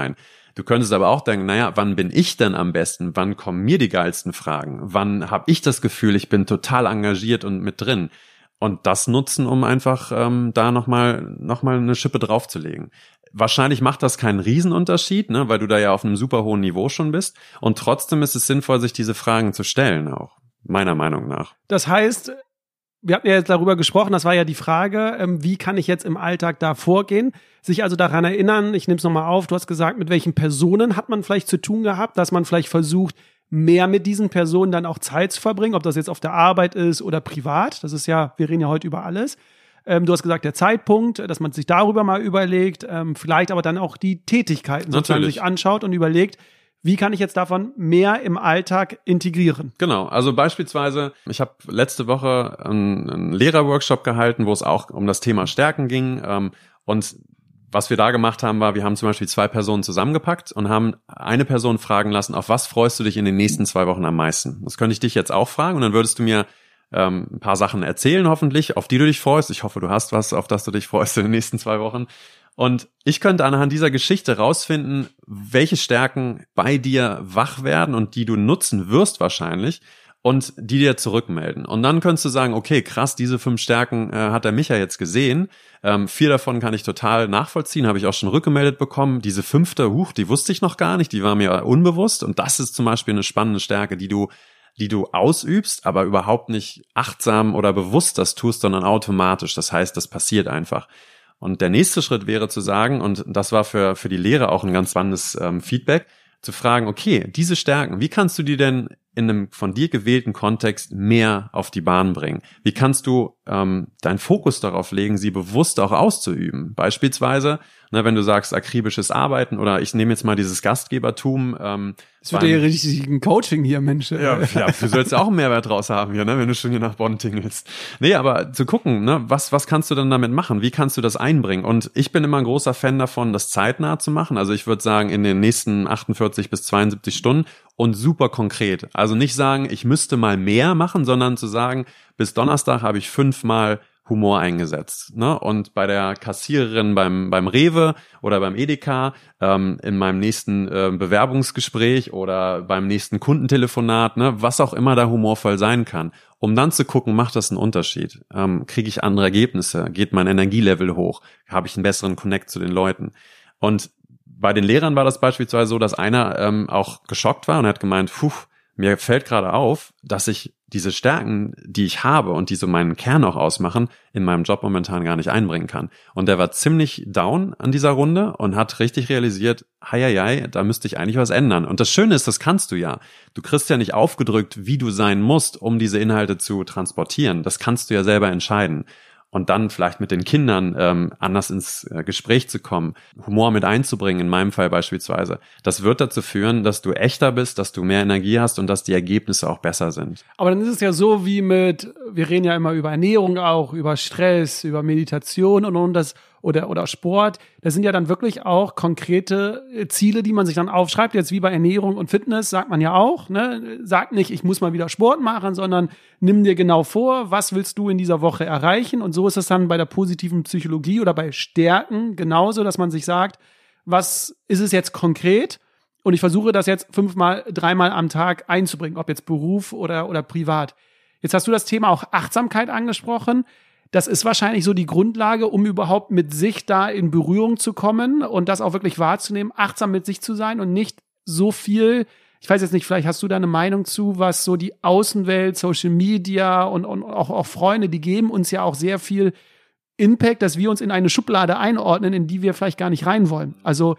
Du könntest aber auch denken, naja, wann bin ich denn am besten? Wann kommen mir die geilsten Fragen? Wann habe ich das Gefühl, ich bin total engagiert und mit drin? Und das nutzen, um einfach ähm, da nochmal noch mal eine Schippe draufzulegen. Wahrscheinlich macht das keinen Riesenunterschied, ne, weil du da ja auf einem super hohen Niveau schon bist. Und trotzdem ist es sinnvoll, sich diese Fragen zu stellen auch, meiner Meinung nach. Das heißt, wir hatten ja jetzt darüber gesprochen, das war ja die Frage, ähm, wie kann ich jetzt im Alltag da vorgehen? Sich also daran erinnern, ich nehme es nochmal auf, du hast gesagt, mit welchen Personen hat man vielleicht zu tun gehabt, dass man vielleicht versucht, mehr mit diesen Personen dann auch Zeit zu verbringen, ob das jetzt auf der Arbeit ist oder privat. Das ist ja, wir reden ja heute über alles. Ähm, du hast gesagt, der Zeitpunkt, dass man sich darüber mal überlegt, ähm, vielleicht aber dann auch die Tätigkeiten sozusagen sich anschaut und überlegt, wie kann ich jetzt davon mehr im Alltag integrieren? Genau, also beispielsweise, ich habe letzte Woche einen, einen Lehrerworkshop gehalten, wo es auch um das Thema Stärken ging. Ähm, und was wir da gemacht haben, war, wir haben zum Beispiel zwei Personen zusammengepackt und haben eine Person fragen lassen, auf was freust du dich in den nächsten zwei Wochen am meisten? Das könnte ich dich jetzt auch fragen und dann würdest du mir ähm, ein paar Sachen erzählen hoffentlich, auf die du dich freust. Ich hoffe, du hast was, auf das du dich freust in den nächsten zwei Wochen. Und ich könnte anhand dieser Geschichte rausfinden, welche Stärken bei dir wach werden und die du nutzen wirst wahrscheinlich und die dir zurückmelden. Und dann könntest du sagen, okay, krass, diese fünf Stärken äh, hat der Micha jetzt gesehen. Ähm, vier davon kann ich total nachvollziehen, habe ich auch schon rückgemeldet bekommen. Diese fünfte, huch, die wusste ich noch gar nicht, die war mir unbewusst. Und das ist zum Beispiel eine spannende Stärke, die du die du ausübst, aber überhaupt nicht achtsam oder bewusst das tust, sondern automatisch. Das heißt, das passiert einfach. Und der nächste Schritt wäre zu sagen, und das war für für die Lehrer auch ein ganz spannendes ähm, Feedback, zu fragen, okay, diese Stärken, wie kannst du die denn in einem von dir gewählten Kontext mehr auf die Bahn bringen? Wie kannst du ähm, deinen Fokus darauf legen, sie bewusst auch auszuüben? Beispielsweise, ne, wenn du sagst, akribisches Arbeiten oder ich nehme jetzt mal dieses Gastgebertum. Ähm, das wird ja richtig ein Coaching hier, Mensch. Ja, ja, du sollst ja auch einen Mehrwert draus haben hier, ne, wenn du schon hier nach Bonn tingelst. Nee, aber zu gucken, ne, was was kannst du denn damit machen? Wie kannst du das einbringen? Und ich bin immer ein großer Fan davon, das zeitnah zu machen. Also ich würde sagen, in den nächsten achtundvierzig bis zweiundsiebzig Stunden und super konkret. Also nicht sagen, ich müsste mal mehr machen, sondern zu sagen, bis Donnerstag habe ich fünfmal Humor eingesetzt. Ne? Und bei der Kassiererin beim beim Rewe oder beim Edeka, ähm, in meinem nächsten äh, Bewerbungsgespräch oder beim nächsten Kundentelefonat, ne, was auch immer da humorvoll sein kann, um dann zu gucken, macht das einen Unterschied? Ähm, kriege ich andere Ergebnisse? Geht mein Energielevel hoch? Habe ich einen besseren Connect zu den Leuten? Und bei den Lehrern war das beispielsweise so, dass einer ähm, auch geschockt war und hat gemeint, puh, mir fällt gerade auf, dass ich diese Stärken, die ich habe und die so meinen Kern auch ausmachen, in meinem Job momentan gar nicht einbringen kann. Und der war ziemlich down an dieser Runde und hat richtig realisiert, hei, hei, hei, da müsste ich eigentlich was ändern. Und das Schöne ist, das kannst du ja. Du kriegst ja nicht aufgedrückt, wie du sein musst, um diese Inhalte zu transportieren. Das kannst du ja selber entscheiden. Und dann vielleicht mit den Kindern ähm, anders ins äh, Gespräch zu kommen, Humor mit einzubringen, in meinem Fall beispielsweise. Das wird dazu führen, dass du echter bist, dass du mehr Energie hast und dass die Ergebnisse auch besser sind. Aber dann ist es ja so wie mit, wir reden ja immer über Ernährung auch, über Stress, über Meditation und, und das oder oder Sport. Das sind ja dann wirklich auch konkrete Ziele, die man sich dann aufschreibt. Jetzt wie bei Ernährung und Fitness sagt man ja auch, ne, sag nicht, ich muss mal wieder Sport machen, sondern nimm dir genau vor, was willst du in dieser Woche erreichen? Und so ist es dann bei der positiven Psychologie oder bei Stärken genauso, dass man sich sagt, was ist es jetzt konkret? Und ich versuche das jetzt fünfmal, dreimal am Tag einzubringen, ob jetzt Beruf oder oder privat. Jetzt hast du das Thema auch Achtsamkeit angesprochen. Das ist wahrscheinlich so die Grundlage, um überhaupt mit sich da in Berührung zu kommen und das auch wirklich wahrzunehmen, achtsam mit sich zu sein und nicht so viel, ich weiß jetzt nicht, vielleicht hast du da eine Meinung zu, was so die Außenwelt, Social Media und, und auch, auch Freunde, die geben uns ja auch sehr viel Impact, dass wir uns in eine Schublade einordnen, in die wir vielleicht gar nicht rein wollen. Also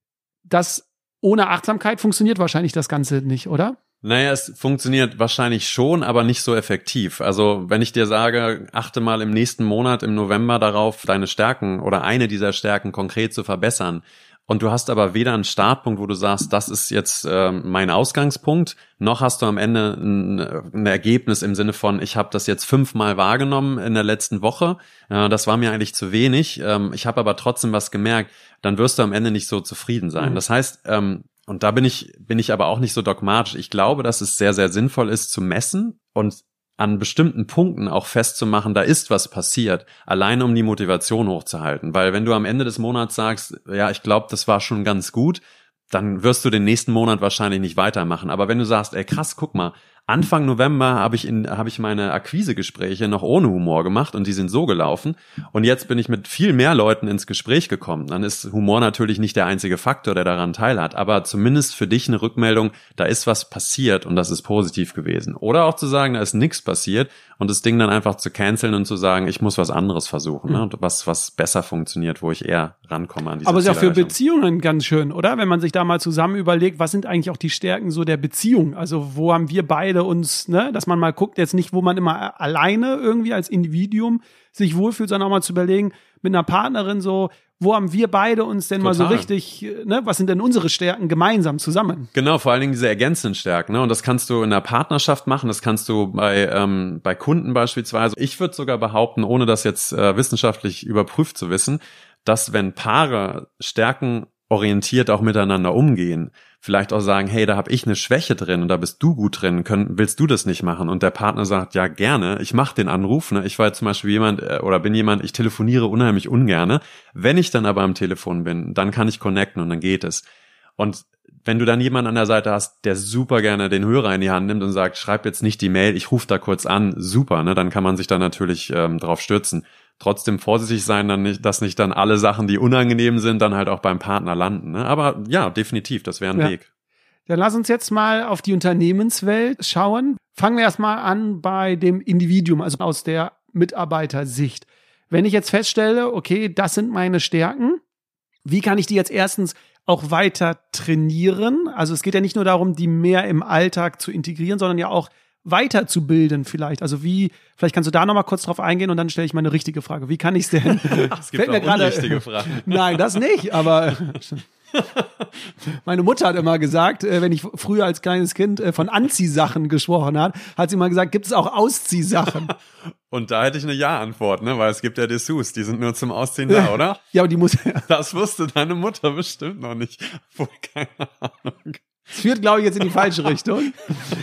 das ohne Achtsamkeit funktioniert wahrscheinlich das Ganze nicht, oder? Naja, es funktioniert wahrscheinlich schon, aber nicht so effektiv. Also wenn ich dir sage, achte mal im nächsten Monat, im November darauf, deine Stärken oder eine dieser Stärken konkret zu verbessern, und du hast aber weder einen Startpunkt, wo du sagst, das ist jetzt äh, mein Ausgangspunkt, noch hast du am Ende ein, ein Ergebnis im Sinne von, ich habe das jetzt fünfmal wahrgenommen in der letzten Woche, äh, das war mir eigentlich zu wenig, ähm, ich habe aber trotzdem was gemerkt, dann wirst du am Ende nicht so zufrieden sein. Mhm. Das heißt, ähm, und da bin ich bin ich aber auch nicht so dogmatisch. Ich glaube, dass es sehr, sehr sinnvoll ist zu messen und an bestimmten Punkten auch festzumachen, da ist was passiert, alleine um die Motivation hochzuhalten. Weil wenn du am Ende des Monats sagst, ja, ich glaube, das war schon ganz gut, dann wirst du den nächsten Monat wahrscheinlich nicht weitermachen. Aber wenn du sagst, ey krass, guck mal, Anfang November habe ich in habe ich meine Akquisegespräche noch ohne Humor gemacht und die sind so gelaufen und jetzt bin ich mit viel mehr Leuten ins Gespräch gekommen. Dann ist Humor natürlich nicht der einzige Faktor, der daran teilhat, aber zumindest für dich eine Rückmeldung, da ist was passiert und das ist positiv gewesen. Oder auch zu sagen, da ist nichts passiert und das Ding dann einfach zu canceln und zu sagen, ich muss was anderes versuchen, ne? Und was was besser funktioniert, wo ich eher rankomme an diese Aber es ist ja für Zielerreichung. Beziehungen ganz schön, oder? Wenn man sich da mal zusammen überlegt, was sind eigentlich auch die Stärken so der Beziehung? Also wo haben wir beide uns, ne, dass man mal guckt, jetzt nicht, wo man immer alleine irgendwie als Individuum sich wohlfühlt, sondern auch mal zu überlegen, mit einer Partnerin so, wo haben wir beide uns denn Total. mal so richtig, ne, was sind denn unsere Stärken gemeinsam zusammen? Genau, vor allen Dingen diese ergänzenden Stärken, ne? Und das kannst du in der Partnerschaft machen, das kannst du bei ähm, bei Kunden beispielsweise. Ich würde sogar behaupten, ohne das jetzt äh, wissenschaftlich überprüft zu wissen, dass wenn Paare stärkenorientiert auch miteinander umgehen, vielleicht auch sagen, hey, da habe ich eine Schwäche drin und da bist du gut drin, können, willst du das nicht machen? Und der Partner sagt, ja gerne, ich mache den Anruf. Ne? Ich war jetzt zum Beispiel jemand äh, oder bin jemand, ich telefoniere unheimlich ungerne. Wenn ich dann aber am Telefon bin, dann kann ich connecten und dann geht es. Und wenn du dann jemanden an der Seite hast, der super gerne den Hörer in die Hand nimmt und sagt, schreib jetzt nicht die Mail, ich rufe da kurz an, super, ne? Dann kann man sich da natürlich ähm, drauf stürzen. Trotzdem vorsichtig sein, dann nicht, dass nicht dann alle Sachen, die unangenehm sind, dann halt auch beim Partner landen. Ne? Aber ja, definitiv, das wäre ein Ja. Weg. Dann lass uns jetzt mal auf die Unternehmenswelt schauen. Fangen wir erstmal an bei dem Individuum, also aus der Mitarbeitersicht. Wenn ich jetzt feststelle, okay, das sind meine Stärken, wie kann ich die jetzt erstens auch weiter trainieren? Also es geht ja nicht nur darum, die mehr im Alltag zu integrieren, sondern ja auch weiterzubilden vielleicht. Also wie, vielleicht kannst du da nochmal kurz drauf eingehen und dann stelle ich mal eine richtige Frage. Wie kann ich es denn? Es gibt auch unrichtige Fragen. Nein, das nicht, aber meine Mutter hat immer gesagt, wenn ich früher als kleines Kind von Anziehsachen gesprochen hat, hat sie immer gesagt, gibt es auch Ausziehsachen? Und da hätte ich eine Ja-Antwort, ne? Weil es gibt ja Dessous, die sind nur zum Ausziehen da, oder? Ja, aber die muss Das wusste deine Mutter bestimmt noch nicht. Wohl, keine Ahnung. Das führt, glaube ich, jetzt in die falsche Richtung.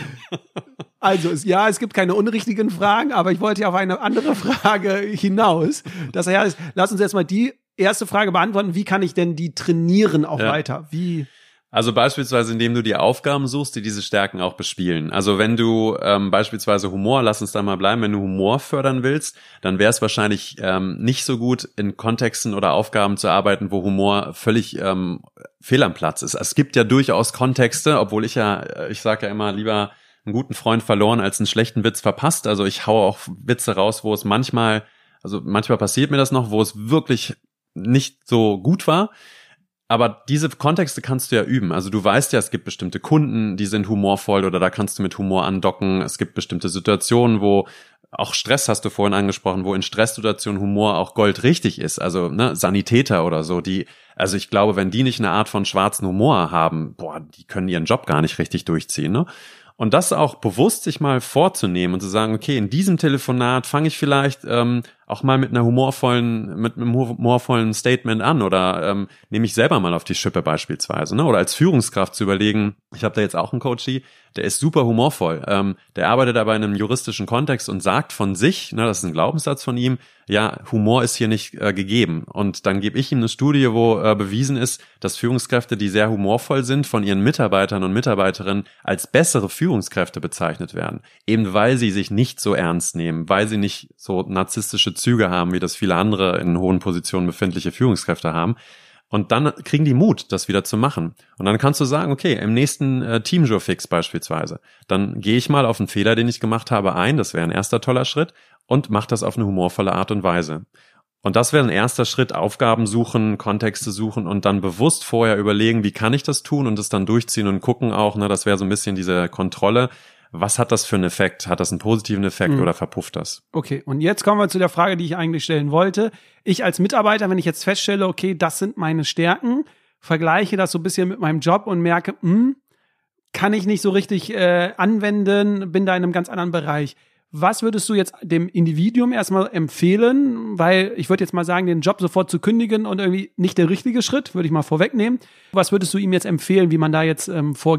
Also, es, ja, es gibt keine unrichtigen Fragen, aber ich wollte ja auf eine andere Frage hinaus. Das heißt, lass uns jetzt mal die erste Frage beantworten. Wie kann ich denn die trainieren auch Ja. weiter? Wie? Also beispielsweise, indem du dir Aufgaben suchst, die diese Stärken auch bespielen. Also wenn du ähm, beispielsweise Humor, lass uns da mal bleiben, wenn du Humor fördern willst, dann wäre es wahrscheinlich ähm, nicht so gut, in Kontexten oder Aufgaben zu arbeiten, wo Humor völlig ähm, fehl am Platz ist. Es gibt ja durchaus Kontexte, obwohl ich ja, ich sage ja immer, lieber einen guten Freund verloren als einen schlechten Witz verpasst. Also ich haue auch Witze raus, wo es manchmal, also manchmal passiert mir das noch, wo es wirklich nicht so gut war. Aber diese Kontexte kannst du ja üben. Also du weißt ja, es gibt bestimmte Kunden, die sind humorvoll oder da kannst du mit Humor andocken. Es gibt bestimmte Situationen, wo auch Stress, hast du vorhin angesprochen, wo in Stresssituationen Humor auch goldrichtig ist. Also ne, Sanitäter oder so, die, also ich glaube, wenn die nicht eine Art von schwarzen Humor haben, boah, die können ihren Job gar nicht richtig durchziehen, ne? Und das auch bewusst sich mal vorzunehmen und zu sagen, okay, in diesem Telefonat fange ich vielleicht ähm, auch mal mit einer humorvollen, mit einem humorvollen Statement an oder ähm, nehme ich selber mal auf die Schippe beispielsweise, ne? Oder als Führungskraft zu überlegen, ich habe da jetzt auch einen Coachie, der ist super humorvoll, ähm, der arbeitet aber in einem juristischen Kontext und sagt von sich, ne, das ist ein Glaubenssatz von ihm, ja, Humor ist hier nicht äh, gegeben. Und dann gebe ich ihm eine Studie, wo äh, bewiesen ist, dass Führungskräfte, die sehr humorvoll sind, von ihren Mitarbeitern und Mitarbeiterinnen als bessere Führungskräfte bezeichnet werden. Eben weil sie sich nicht so ernst nehmen, weil sie nicht so narzisstische Züge haben, wie das viele andere in hohen Positionen befindliche Führungskräfte haben. Und dann kriegen die Mut, das wieder zu machen. Und dann kannst du sagen, okay, im nächsten äh, Teamjour-Fix beispielsweise, dann gehe ich mal auf einen Fehler, den ich gemacht habe, ein, das wäre ein erster toller Schritt, und mach das auf eine humorvolle Art und Weise. Und das wäre ein erster Schritt, Aufgaben suchen, Kontexte suchen und dann bewusst vorher überlegen, wie kann ich das tun und das dann durchziehen und gucken auch, ne, das wäre so ein bisschen diese Kontrolle. Was hat das für einen Effekt? Hat das einen positiven Effekt mhm. oder verpufft das? Okay, und jetzt kommen wir zu der Frage, die ich eigentlich stellen wollte. Ich als Mitarbeiter, wenn ich jetzt feststelle, okay, das sind meine Stärken, vergleiche das so ein bisschen mit meinem Job und merke, hm, kann ich nicht so richtig äh, anwenden, bin da in einem ganz anderen Bereich. Was würdest du jetzt dem Individuum erstmal empfehlen? Weil ich würde jetzt mal sagen, den Job sofort zu kündigen und irgendwie nicht der richtige Schritt, würde ich mal vorwegnehmen. Was würdest du ihm jetzt empfehlen, wie man da jetzt ähm, vorgeht?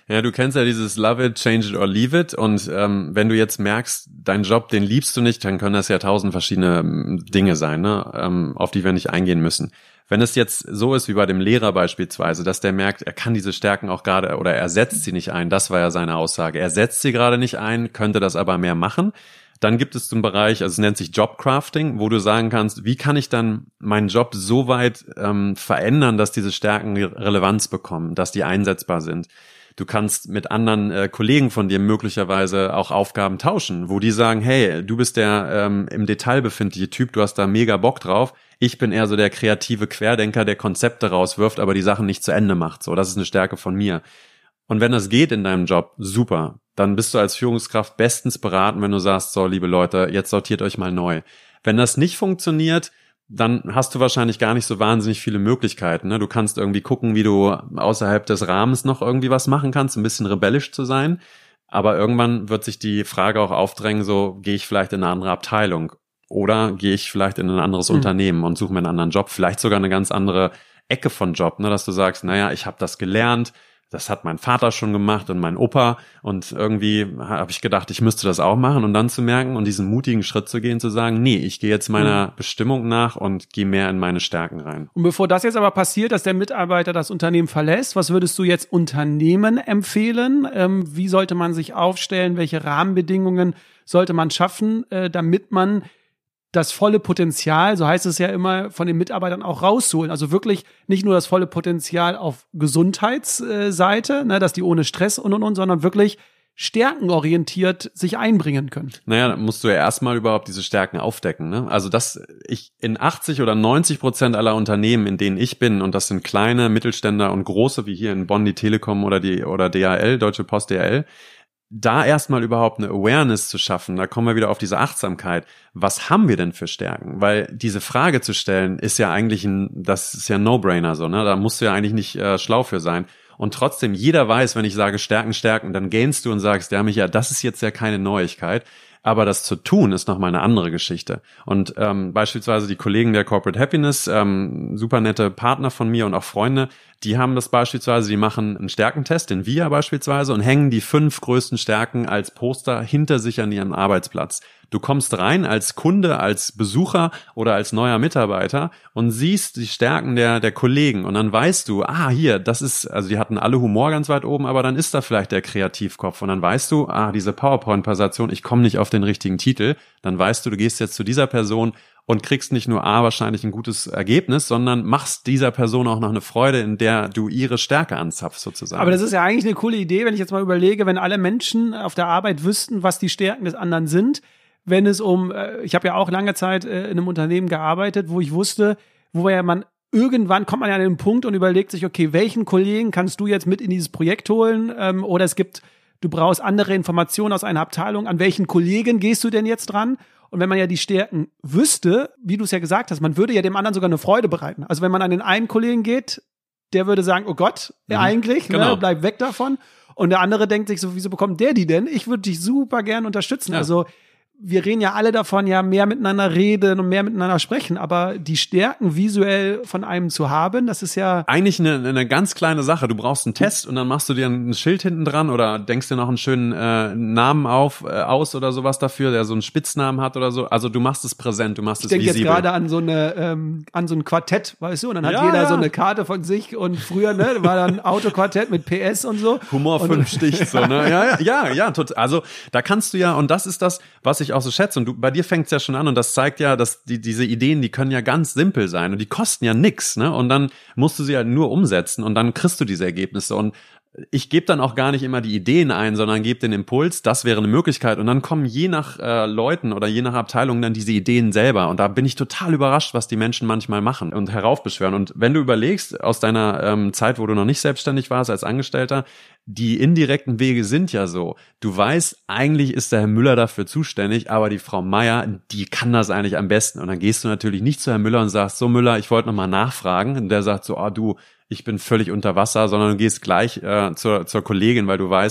Ja, du kennst ja dieses Love it, change it or leave it und ähm, wenn du jetzt merkst, deinen Job, den liebst du nicht, dann können das ja tausend verschiedene ähm, Dinge sein, ne, ähm, auf die wir nicht eingehen müssen. Wenn es jetzt so ist wie bei dem Lehrer beispielsweise, dass der merkt, er kann diese Stärken auch gerade oder er setzt sie nicht ein, das war ja seine Aussage, er setzt sie gerade nicht ein, könnte das aber mehr machen. Dann gibt es zum Bereich, also es nennt sich Jobcrafting, wo du sagen kannst, wie kann ich dann meinen Job so weit ähm, verändern, dass diese Stärken Relevanz bekommen, dass die einsetzbar sind. Du kannst mit anderen äh, Kollegen von dir möglicherweise auch Aufgaben tauschen, wo die sagen, hey, du bist der ähm, im Detail befindliche Typ, du hast da mega Bock drauf. Ich bin eher so der kreative Querdenker, der Konzepte rauswirft, aber die Sachen nicht zu Ende macht. So, das ist eine Stärke von mir. Und wenn das geht in deinem Job, super. Dann bist du als Führungskraft bestens beraten, wenn du sagst, so, liebe Leute, jetzt sortiert euch mal neu. Wenn das nicht funktioniert, dann hast du wahrscheinlich gar nicht so wahnsinnig viele Möglichkeiten. Ne? Du kannst irgendwie gucken, wie du außerhalb des Rahmens noch irgendwie was machen kannst, ein bisschen rebellisch zu sein. Aber irgendwann wird sich die Frage auch aufdrängen, so, gehe ich vielleicht in eine andere Abteilung oder gehe ich vielleicht in ein anderes mhm. Unternehmen und suche mir einen anderen Job, vielleicht sogar eine ganz andere Ecke von Job, ne? Dass du sagst, naja, ich habe das gelernt, das hat mein Vater schon gemacht und mein Opa und irgendwie habe ich gedacht, ich müsste das auch machen und dann zu merken und diesen mutigen Schritt zu gehen, zu sagen, nee, ich gehe jetzt meiner mhm. Bestimmung nach und gehe mehr in meine Stärken rein. Und bevor das jetzt aber passiert, dass der Mitarbeiter das Unternehmen verlässt, was würdest du jetzt Unternehmen empfehlen? Ähm, wie sollte man sich aufstellen? Welche Rahmenbedingungen sollte man schaffen, äh, damit man das volle Potenzial, so heißt es ja immer, von den Mitarbeitern auch rausholen. Also wirklich nicht nur das volle Potenzial auf Gesundheitsseite, ne, dass die ohne Stress und und und, sondern wirklich stärkenorientiert sich einbringen können. Naja, dann musst du ja erstmal überhaupt diese Stärken aufdecken. Ne? Also das, ich in achtzig oder neunzig Prozent aller Unternehmen, in denen ich bin, und das sind kleine, Mittelständler und große, wie hier in Bonn die Telekom oder die oder D H L, Deutsche Post D H L, da erstmal überhaupt eine Awareness zu schaffen, da kommen wir wieder auf diese Achtsamkeit. Was haben wir denn für Stärken? Weil diese Frage zu stellen ist ja eigentlich ein, das ist ja ein No-Brainer so, ne? Da musst du ja eigentlich nicht äh, schlau für sein. Und trotzdem, jeder weiß, wenn ich sage Stärken, Stärken, dann gähnst du und sagst, ja, Micha, das ist jetzt ja keine Neuigkeit. Aber das zu tun, ist nochmal eine andere Geschichte. Und ähm, beispielsweise die Kollegen der Corporate Happiness, ähm, super nette Partner von mir und auch Freunde, die haben das beispielsweise, die machen einen Stärkentest, den V I A beispielsweise, und hängen die fünf größten Stärken als Poster hinter sich an ihrem Arbeitsplatz. Du kommst rein als Kunde, als Besucher oder als neuer Mitarbeiter und siehst die Stärken der der Kollegen und dann weißt du, ah, hier, das ist, also die hatten alle Humor ganz weit oben, aber dann ist da vielleicht der Kreativkopf und dann weißt du, ah, diese PowerPoint-Präsentation, ich komme nicht auf den richtigen Titel, dann weißt du, du gehst jetzt zu dieser Person und kriegst nicht nur A, wahrscheinlich ein gutes Ergebnis, sondern machst dieser Person auch noch eine Freude, in der du ihre Stärke anzapfst sozusagen. Aber das ist ja eigentlich eine coole Idee, wenn ich jetzt mal überlege, wenn alle Menschen auf der Arbeit wüssten, was die Stärken des anderen sind, wenn es um, ich habe ja auch lange Zeit in einem Unternehmen gearbeitet, wo ich wusste, wo ja man irgendwann kommt man ja an den Punkt und überlegt sich, okay, welchen Kollegen kannst du jetzt mit in dieses Projekt holen? Ähm, oder es gibt, du brauchst andere Informationen aus einer Abteilung. An welchen Kollegen gehst du denn jetzt dran? Und wenn man ja die Stärken wüsste, wie du es ja gesagt hast, man würde ja dem anderen sogar eine Freude bereiten. Also wenn man an den einen Kollegen geht, der würde sagen, oh Gott, mhm. eigentlich, genau. ne, bleib weg davon. Und der andere denkt sich so, wieso bekommt der die denn? Ich würde dich super gern unterstützen. Ja. Also wir reden ja alle davon, ja, mehr miteinander reden und mehr miteinander sprechen, aber die Stärken visuell von einem zu haben, das ist ja eigentlich eine, eine ganz kleine Sache. Du brauchst einen Test und dann machst du dir ein Schild hinten dran oder denkst dir noch einen schönen äh, Namen auf äh, aus oder sowas dafür, der so einen Spitznamen hat oder so. Also du machst es präsent, du machst ich es visibel. Ich denke jetzt gerade an so eine ähm, an so ein Quartett, weißt du, und dann hat ja, jeder ja. so eine Karte von sich und früher ne war dann Autoquartett mit P S und so. Humor fünf Stich so, ne? Ja, ja, ja, ja, total. Also da kannst du ja, und das ist das, was ich auch so schätze. Und du, bei dir fängt's ja schon an und das zeigt ja, dass die, diese Ideen, die können ja ganz simpel sein und die kosten ja nix, ne? Und dann musst du sie halt nur umsetzen und dann kriegst du diese Ergebnisse. Und ich gebe dann auch gar nicht immer die Ideen ein, sondern gebe den Impuls, das wäre eine Möglichkeit. Und dann kommen je nach äh, Leuten oder je nach Abteilung dann diese Ideen selber. Und da bin ich total überrascht, was die Menschen manchmal machen und heraufbeschwören. Und wenn du überlegst, aus deiner ähm, Zeit, wo du noch nicht selbstständig warst als Angestellter, die indirekten Wege sind ja so. Du weißt, eigentlich ist der Herr Müller dafür zuständig, aber die Frau Meier, die kann das eigentlich am besten. Und dann gehst du natürlich nicht zu Herrn Müller und sagst, so Müller, ich wollte nochmal nachfragen. Und der sagt so, ah oh, du, ich bin völlig unter Wasser, sondern du gehst gleich äh, zur, zur Kollegin, weil du weißt,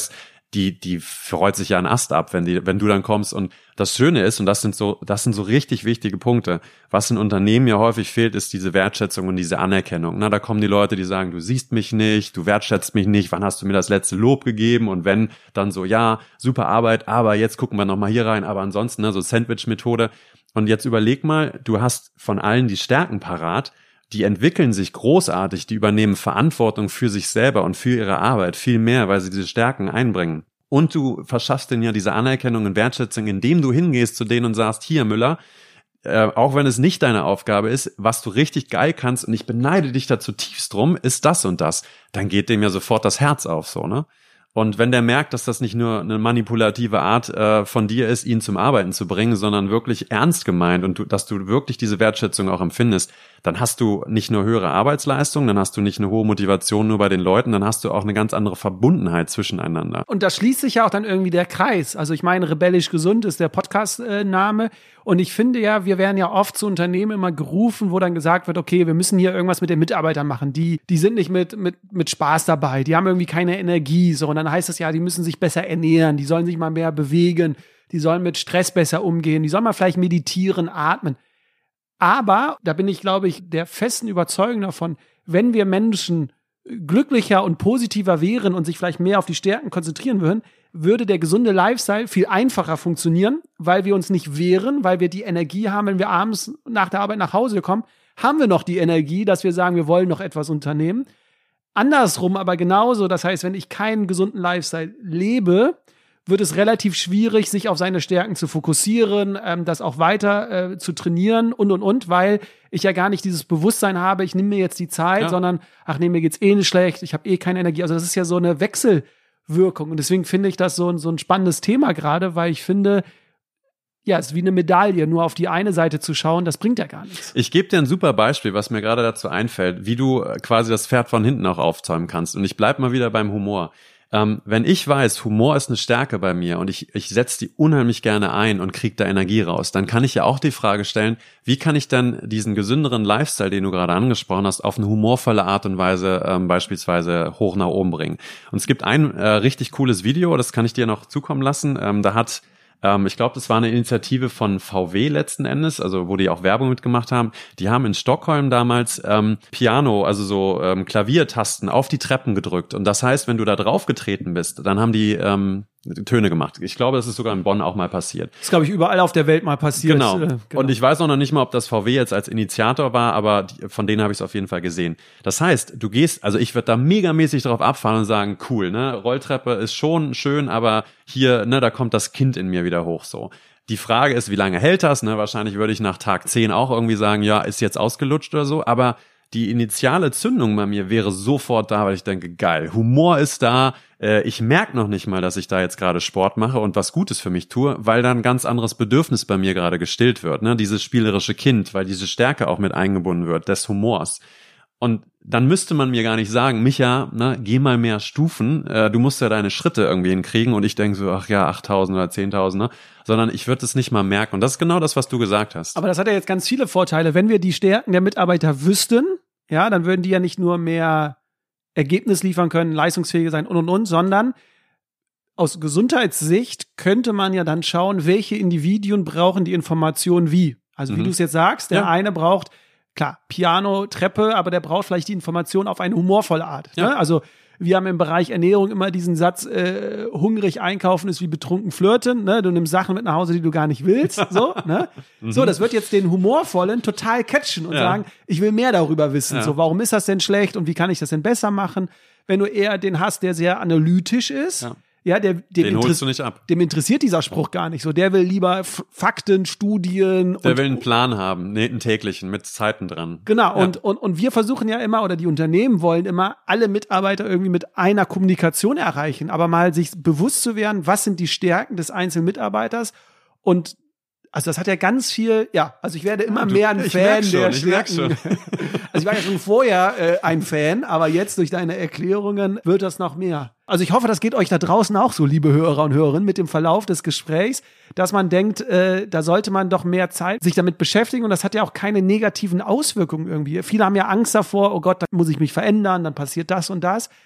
die, die freut sich ja einen Ast ab, wenn die, wenn du dann kommst. Und das Schöne ist, und das sind so, das sind so richtig wichtige Punkte, was in Unternehmen ja häufig fehlt, ist diese Wertschätzung und diese Anerkennung. Na, da kommen die Leute, die sagen, du siehst mich nicht, du wertschätzt mich nicht, wann hast du mir das letzte Lob gegeben? Und wenn, dann so, ja, super Arbeit, aber jetzt gucken wir nochmal hier rein, aber ansonsten, ne, so Sandwich-Methode. Und jetzt überleg mal, du hast von allen die Stärken parat, die entwickeln sich großartig, die übernehmen Verantwortung für sich selber und für ihre Arbeit viel mehr, weil sie diese Stärken einbringen. Und du verschaffst denen ja diese Anerkennung und Wertschätzung, indem du hingehst zu denen und sagst, hier Müller, äh, auch wenn es nicht deine Aufgabe ist, was du richtig geil kannst und ich beneide dich da zutiefst drum, ist das und das. Dann geht dem ja sofort das Herz auf, so, ne? Und wenn der merkt, dass das nicht nur eine manipulative Art äh, von dir ist, ihn zum Arbeiten zu bringen, sondern wirklich ernst gemeint und du, dass du wirklich diese Wertschätzung auch empfindest, dann hast du nicht nur höhere Arbeitsleistung, dann hast du nicht eine hohe Motivation nur bei den Leuten, dann hast du auch eine ganz andere Verbundenheit zwischeneinander. Und da schließt sich ja auch dann irgendwie der Kreis. Also ich meine, Rebellisch Gesund ist der Podcast-Name. Und ich finde ja, wir werden ja oft zu Unternehmen immer gerufen, wo dann gesagt wird, okay, wir müssen hier irgendwas mit den Mitarbeitern machen. Die, die sind nicht mit, mit, mit Spaß dabei, die haben irgendwie keine Energie. So. Und dann heißt es ja, die müssen sich besser ernähren, die sollen sich mal mehr bewegen, die sollen mit Stress besser umgehen, die sollen mal vielleicht meditieren, atmen. Aber, da bin ich, glaube ich, der festen Überzeugung davon, wenn wir Menschen glücklicher und positiver wären und sich vielleicht mehr auf die Stärken konzentrieren würden, würde der gesunde Lifestyle viel einfacher funktionieren, weil wir uns nicht wehren, weil wir die Energie haben, wenn wir abends nach der Arbeit nach Hause kommen, haben wir noch die Energie, dass wir sagen, wir wollen noch etwas unternehmen. Andersrum aber genauso, das heißt, wenn ich keinen gesunden Lifestyle lebe, wird es relativ schwierig, sich auf seine Stärken zu fokussieren, ähm, das auch weiter äh, zu trainieren und, und, und, weil ich ja gar nicht dieses Bewusstsein habe, ich nehme mir jetzt die Zeit, ja. sondern, ach nee, mir geht's eh nicht schlecht, ich habe eh keine Energie. Also das ist ja so eine Wechselwirkung und deswegen finde ich das so, so ein spannendes Thema gerade, weil ich finde, ja, es ist wie eine Medaille, nur auf die eine Seite zu schauen, das bringt ja gar nichts. Ich gebe dir ein super Beispiel, was mir gerade dazu einfällt, wie du quasi das Pferd von hinten auch aufzäumen kannst. Und ich bleib mal wieder beim Humor. Ähm, wenn ich weiß, Humor ist eine Stärke bei mir und ich, ich setze die unheimlich gerne ein und kriege da Energie raus, dann kann ich ja auch die Frage stellen, wie kann ich denn diesen gesünderen Lifestyle, den du gerade angesprochen hast, auf eine humorvolle Art und Weise ähm, beispielsweise hoch nach oben bringen. Und es gibt ein äh, richtig cooles Video, das kann ich dir noch zukommen lassen, ähm, da hat Ähm, ich glaube, das war eine Initiative von V W letzten Endes, also wo die auch Werbung mitgemacht haben. Die haben in Stockholm damals ähm, Piano, also so ähm, Klaviertasten auf die Treppen gedrückt. Und das heißt, wenn du da drauf getreten bist, dann haben die ähm, Töne gemacht. Ich glaube, das ist sogar in Bonn auch mal passiert. Das ist, glaube ich, überall auf der Welt mal passiert. Genau. Äh, genau. Und ich weiß auch noch nicht mal, ob das V W jetzt als Initiator war, aber die, von denen habe ich es auf jeden Fall gesehen. Das heißt, du gehst, also ich würde da megamäßig drauf abfahren und sagen, cool, ne, Rolltreppe ist schon schön, aber hier, ne, da kommt das Kind in mir wieder hoch, so. Die Frage ist, wie lange hält das, ne? Wahrscheinlich würde ich nach Tag zehn auch irgendwie sagen, ja, ist jetzt ausgelutscht oder so, aber die initiale Zündung bei mir wäre sofort da, weil ich denke, geil, Humor ist da, äh, ich merke noch nicht mal, dass ich da jetzt gerade Sport mache und was Gutes für mich tue, weil da ein ganz anderes Bedürfnis bei mir gerade gestillt wird, ne? Dieses spielerische Kind, weil diese Stärke auch mit eingebunden wird, des Humors. Und dann müsste man mir gar nicht sagen, Micha, ne, geh mal mehr Stufen, äh, du musst ja deine Schritte irgendwie hinkriegen und ich denke so, ach ja, achttausend oder zehntausend, ne? Sondern ich würde es nicht mal merken. Und das ist genau das, was du gesagt hast. Aber das hat ja jetzt ganz viele Vorteile. Wenn wir die Stärken der Mitarbeiter wüssten, ja, dann würden die ja nicht nur mehr Ergebnis liefern können, leistungsfähig sein und, und, und, sondern aus Gesundheitssicht könnte man ja dann schauen, welche Individuen brauchen die Information wie. Also wie mhm. du es jetzt sagst, der ja. eine braucht klar, Piano, Treppe, aber der braucht vielleicht die Information auf eine humorvolle Art. Ja. Ne? Also wir haben im Bereich Ernährung immer diesen Satz, äh, hungrig einkaufen ist wie betrunken flirten. Ne? Du nimmst Sachen mit nach Hause, die du gar nicht willst. So, ne? mhm. so, das wird jetzt den Humorvollen total catchen und ja. sagen, ich will mehr darüber wissen. Ja. So, warum ist das denn schlecht und wie kann ich das denn besser machen? Wenn du eher den hast, der sehr analytisch ist, ja. Ja, der, dem, Den holst du nicht ab. Dem interessiert dieser Spruch gar nicht so. Der will lieber F- Fakten, Studien. Der und, will einen Plan haben, einen täglichen, mit Zeiten dran. Genau, ja. und, und, und wir versuchen ja immer, oder die Unternehmen wollen immer, alle Mitarbeiter irgendwie mit einer Kommunikation erreichen. Aber mal sich bewusst zu werden, was sind die Stärken des einzelnen Mitarbeiters und also das hat ja ganz viel, ja, also ich werde immer ja, du, mehr ein Fan schon, der Stärken. Also ich war ja schon vorher äh, ein Fan, aber jetzt durch deine Erklärungen wird das noch mehr. Also ich hoffe, das geht euch da draußen auch so, liebe Hörer und Hörerinnen, mit dem Verlauf des Gesprächs, dass man denkt, äh, da sollte man doch mehr Zeit sich damit beschäftigen und das hat ja auch keine negativen Auswirkungen irgendwie. Viele haben ja Angst davor, oh Gott, da muss ich mich verändern, dann passiert das und das.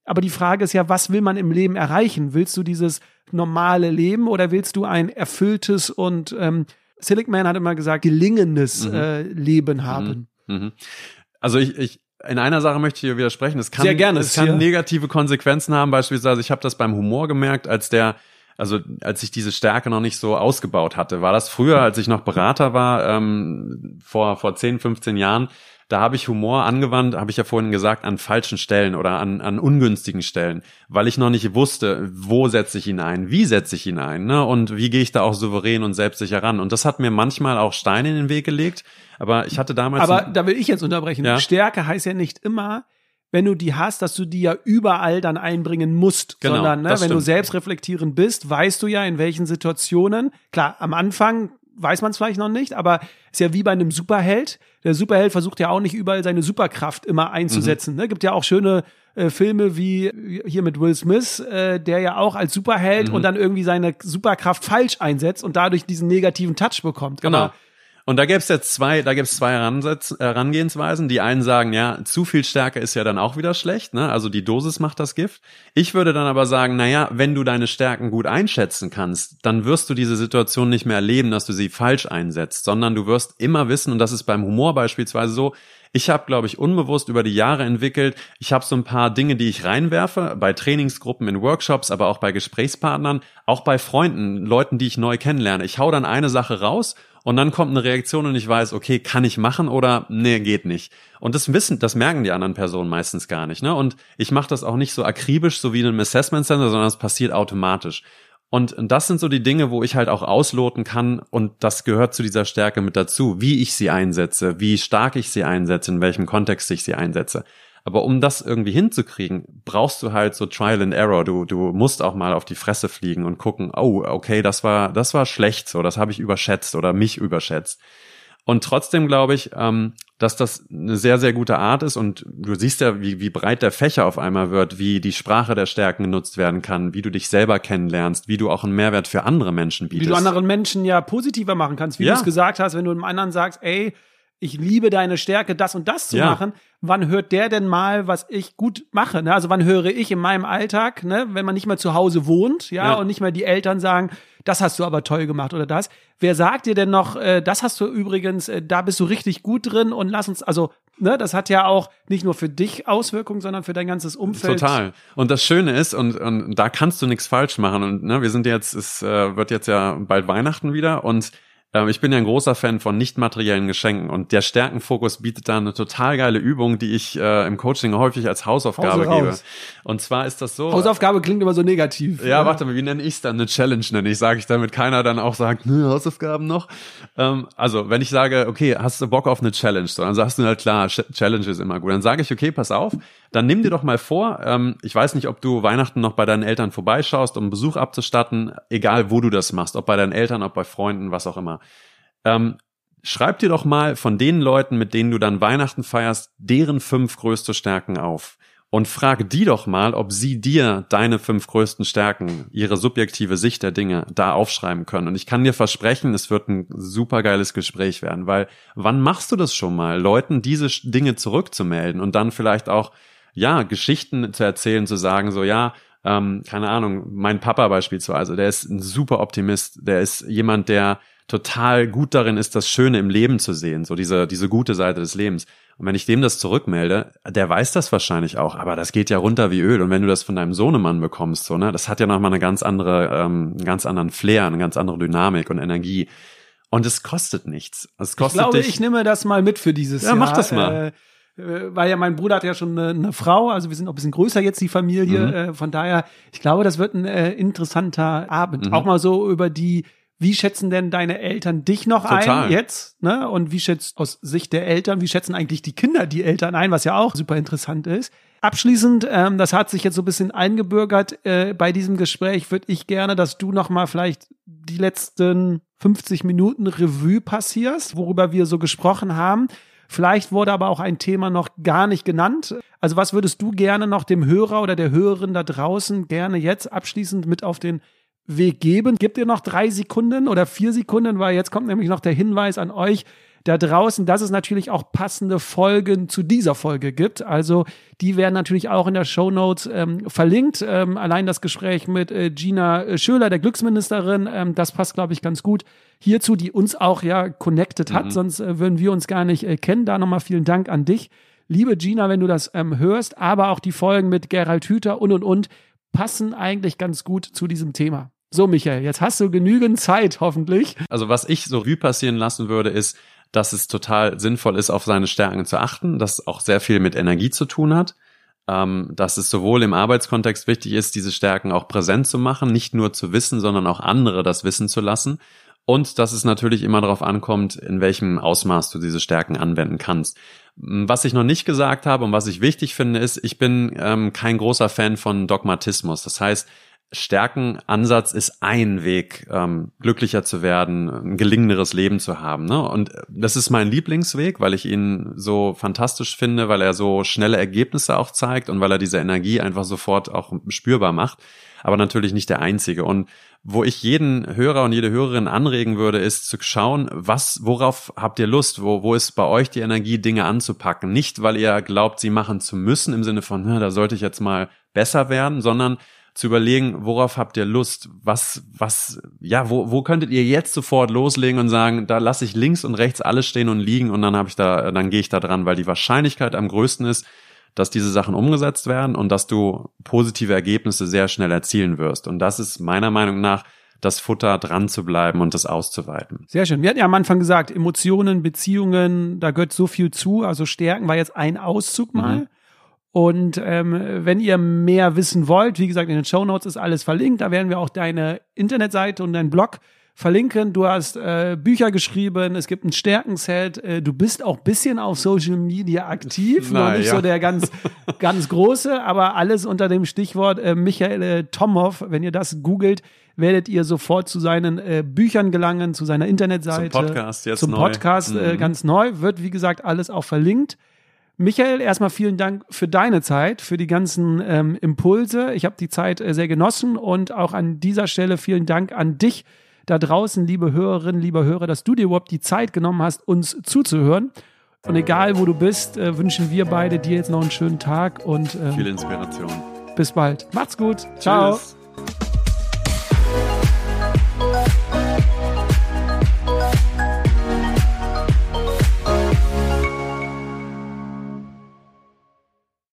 Aber die Frage ist ja, was will man im Leben erreichen? Willst du dieses normale Leben oder willst du ein erfülltes und ähm, Seligman hat immer gesagt, gelingendes mhm. äh, Leben haben? Mhm. Also ich, ich in einer Sache möchte ich hier widersprechen. Es kann, Sehr gerne, es kann ja. negative Konsequenzen haben. Beispielsweise, ich habe das beim Humor gemerkt, als der Also als ich diese Stärke noch nicht so ausgebaut hatte, war das früher, als ich noch Berater war, ähm, vor vor zehn, fünfzehn Jahren, da habe ich Humor angewandt, habe ich ja vorhin gesagt, an falschen Stellen oder an an ungünstigen Stellen, weil ich noch nicht wusste, wo setze ich ihn ein, wie setze ich ihn ein, ne? Und wie gehe ich da auch souverän und selbstsicher ran. Und das hat mir manchmal auch Steine in den Weg gelegt, aber ich hatte damals... Aber da will ich jetzt unterbrechen. Ja? Stärke heißt ja nicht immer, wenn du die hast, dass du die ja überall dann einbringen musst, genau, sondern ne, wenn stimmt. du selbstreflektierend bist, weißt du ja, in welchen Situationen, klar, am Anfang weiß man es vielleicht noch nicht, aber ist ja wie bei einem Superheld. Der Superheld versucht ja auch nicht überall seine Superkraft immer einzusetzen. Mhm. Ne? Gibt ja auch schöne äh, Filme wie hier mit Will Smith, äh, der ja auch als Superheld mhm. und dann irgendwie seine Superkraft falsch einsetzt und dadurch diesen negativen Touch bekommt. Genau. Aber und da gäbe es jetzt zwei, da gäbe es zwei Herangehensweisen. Die einen sagen, ja, zu viel Stärke ist ja dann auch wieder schlecht, ne? Also die Dosis macht das Gift. Ich würde dann aber sagen, naja, wenn du deine Stärken gut einschätzen kannst, dann wirst du diese Situation nicht mehr erleben, dass du sie falsch einsetzt, sondern du wirst immer wissen, und das ist beim Humor beispielsweise so, ich habe, glaube ich, unbewusst über die Jahre entwickelt, ich habe so ein paar Dinge, die ich reinwerfe, bei Trainingsgruppen, in Workshops, aber auch bei Gesprächspartnern, auch bei Freunden, Leuten, die ich neu kennenlerne. Ich hau dann eine Sache raus und dann kommt eine Reaktion und ich weiß, okay, kann ich machen oder nee, geht nicht. Und das wissen, das merken die anderen Personen meistens gar nicht, ne? Und ich mache das auch nicht so akribisch, so wie in einem Assessment Center, sondern es passiert automatisch. Und das sind so die Dinge, wo ich halt auch ausloten kann, und das gehört zu dieser Stärke mit dazu, wie ich sie einsetze, wie stark ich sie einsetze, in welchem Kontext ich sie einsetze. Aber um das irgendwie hinzukriegen, brauchst du halt so Trial and Error. Du du musst auch mal auf die Fresse fliegen und gucken, oh, okay, das war das war schlecht, so, das habe ich überschätzt oder mich überschätzt. Und trotzdem glaube ich, ähm, dass das eine sehr, sehr gute Art ist, und du siehst ja, wie wie breit der Fächer auf einmal wird, wie die Sprache der Stärken genutzt werden kann, wie du dich selber kennenlernst, wie du auch einen Mehrwert für andere Menschen bietest. Wie du anderen Menschen ja positiver machen kannst, wie ja. du es gesagt hast, wenn du einem anderen sagst, ey, ich liebe deine Stärke, das und das zu ja. machen. Wann hört der denn mal, was ich gut mache? Ne? Also wann höre ich in meinem Alltag, ne, wenn man nicht mehr zu Hause wohnt, ja, ja. und nicht mehr die Eltern sagen, das hast du aber toll gemacht oder das. Wer sagt dir denn noch, äh, das hast du übrigens, äh, da bist du richtig gut drin und lass uns, also, ne, das hat ja auch nicht nur für dich Auswirkungen, sondern für dein ganzes Umfeld. Total. Und das Schöne ist, und, und da kannst du nichts falsch machen. Und ne, wir sind jetzt, es äh, wird jetzt ja bald Weihnachten wieder, und ich bin ja ein großer Fan von nicht materiellen Geschenken, und der Stärkenfokus bietet da eine total geile Übung, die ich äh, im Coaching häufig als Hausaufgabe Hause gebe. raus. Und zwar ist das so... Hausaufgabe klingt immer so negativ. Ja, warte mal, wie nenne ich es dann? Eine Challenge nenne ich, sage ich, damit keiner dann auch sagt, ne, Hausaufgaben noch. Ähm, also, wenn ich sage, okay, hast du Bock auf eine Challenge? So, dann sagst du halt, klar, Challenge ist immer gut. Dann sage ich, okay, pass auf, dann nimm dir doch mal vor, ähm, ich weiß nicht, ob du Weihnachten noch bei deinen Eltern vorbeischaust, um Besuch abzustatten, egal wo du das machst, ob bei deinen Eltern, ob bei Freunden, was auch immer. Ähm, schreib dir doch mal von den Leuten, mit denen du dann Weihnachten feierst, deren fünf größte Stärken auf. Und frag die doch mal, ob sie dir deine fünf größten Stärken, ihre subjektive Sicht der Dinge, da aufschreiben können. Und ich kann dir versprechen, es wird ein supergeiles Gespräch werden, weil wann machst du das schon mal, Leuten diese Dinge zurückzumelden und dann vielleicht auch, ja, Geschichten zu erzählen, zu sagen, so, ja, ähm, keine Ahnung, mein Papa beispielsweise, der ist ein super Optimist, der ist jemand, der total gut darin ist, das Schöne im Leben zu sehen, so diese diese gute Seite des Lebens. Und wenn ich dem das zurückmelde, der weiß das wahrscheinlich auch, aber das geht ja runter wie Öl. Und wenn du das von deinem Sohnemann bekommst, so, ne, das hat ja nochmal eine ganz andere, ähm, einen ganz anderen Flair, eine ganz andere Dynamik und Energie. Und es kostet nichts. Es kostet ich glaube, dich, ich nehme das mal mit für dieses ja, Jahr. mach das mal. Äh, weil ja mein Bruder hat ja schon eine, eine Frau, also wir sind auch ein bisschen größer jetzt, die Familie. Mhm. Äh, von daher, ich glaube, das wird ein äh, interessanter Abend. Mhm. Auch mal so über die, wie schätzen denn deine Eltern dich noch Total. ein jetzt? Ne? Und wie schätzt aus Sicht der Eltern, wie schätzen eigentlich die Kinder die Eltern ein, was ja auch super interessant ist. Abschließend, ähm, das hat sich jetzt so ein bisschen eingebürgert, äh, bei diesem Gespräch würde ich gerne, dass du noch mal vielleicht die letzten fünfzig Minuten Revue passierst, worüber wir so gesprochen haben. Vielleicht wurde aber auch ein Thema noch gar nicht genannt. Also was würdest du gerne noch dem Hörer oder der Hörerin da draußen gerne jetzt abschließend mit auf den Weg geben? Gebt ihr noch drei Sekunden oder vier Sekunden, weil jetzt kommt nämlich noch der Hinweis an euch, da draußen, dass es natürlich auch passende Folgen zu dieser Folge gibt. Also die werden natürlich auch in der Shownotes ähm, verlinkt. Ähm, allein das Gespräch mit äh, Gina Schöler, der Glücksministerin, ähm, das passt, glaube ich, ganz gut hierzu, die uns auch ja connected hat, mhm. sonst äh, würden wir uns gar nicht äh, kennen. Da nochmal vielen Dank an dich. Liebe Gina, wenn du das ähm, hörst, aber auch die Folgen mit Gerald Hüther und und und passen eigentlich ganz gut zu diesem Thema. So, Michael, jetzt hast du genügend Zeit, hoffentlich. Also was ich so Revue passieren lassen würde, ist, dass es total sinnvoll ist, auf seine Stärken zu achten, das auch sehr viel mit Energie zu tun hat, ähm, dass es sowohl im Arbeitskontext wichtig ist, diese Stärken auch präsent zu machen, nicht nur zu wissen, sondern auch andere das wissen zu lassen. Und dass es natürlich immer darauf ankommt, in welchem Ausmaß du diese Stärken anwenden kannst. Was ich noch nicht gesagt habe und was ich wichtig finde, ist, ich bin ähm, kein großer Fan von Dogmatismus. Das heißt, Stärkenansatz ist ein Weg, ähm, glücklicher zu werden, ein gelingenderes Leben zu haben, ne? Und das ist mein Lieblingsweg, weil ich ihn so fantastisch finde, weil er so schnelle Ergebnisse auch zeigt und weil er diese Energie einfach sofort auch spürbar macht. Aber natürlich nicht der einzige. Und wo ich jeden Hörer und jede Hörerin anregen würde, ist zu schauen, was, worauf habt ihr Lust? Wo, wo ist bei euch die Energie, Dinge anzupacken? Nicht, weil ihr glaubt, sie machen zu müssen, im Sinne von, na, da sollte ich jetzt mal besser werden, sondern zu überlegen, worauf habt ihr Lust? Was, was, ja, wo, wo könntet ihr jetzt sofort loslegen und sagen, da lasse ich links und rechts alles stehen und liegen und dann habe ich da, dann gehe ich da dran, weil die Wahrscheinlichkeit am größten ist, dass diese Sachen umgesetzt werden und dass du positive Ergebnisse sehr schnell erzielen wirst. Und das ist meiner Meinung nach das Futter, dran zu bleiben und das auszuweiten. Sehr schön. Wir hatten ja am Anfang gesagt, Emotionen, Beziehungen, da gehört so viel zu. Also Stärken war jetzt ein Auszug mal. Mhm. Und ähm, wenn ihr mehr wissen wollt, wie gesagt, in den Shownotes ist alles verlinkt. Da werden wir auch deine Internetseite und deinen Blog verlinken. Du hast äh, Bücher geschrieben, es gibt ein Stärkenset. Äh, du bist auch ein bisschen auf Social Media aktiv. Na, noch nicht ja. so der ganz, ganz große, aber alles unter dem Stichwort äh, Michael äh, Tomhoff. Wenn ihr das googelt, werdet ihr sofort zu seinen äh, Büchern gelangen, zu seiner Internetseite. Zum Podcast jetzt Zum neu. Podcast äh, mhm. ganz neu. Wird, wie gesagt, alles auch verlinkt. Michael, erstmal vielen Dank für deine Zeit, für die ganzen ähm, Impulse. Ich habe die Zeit äh, sehr genossen und auch an dieser Stelle vielen Dank an dich da draußen, liebe Hörerinnen, lieber Hörer, dass du dir überhaupt die Zeit genommen hast, uns zuzuhören. Und egal, wo du bist, äh, wünschen wir beide dir jetzt noch einen schönen Tag und äh, viel Inspiration. Bis bald. Macht's gut. Ciao. Tschüss.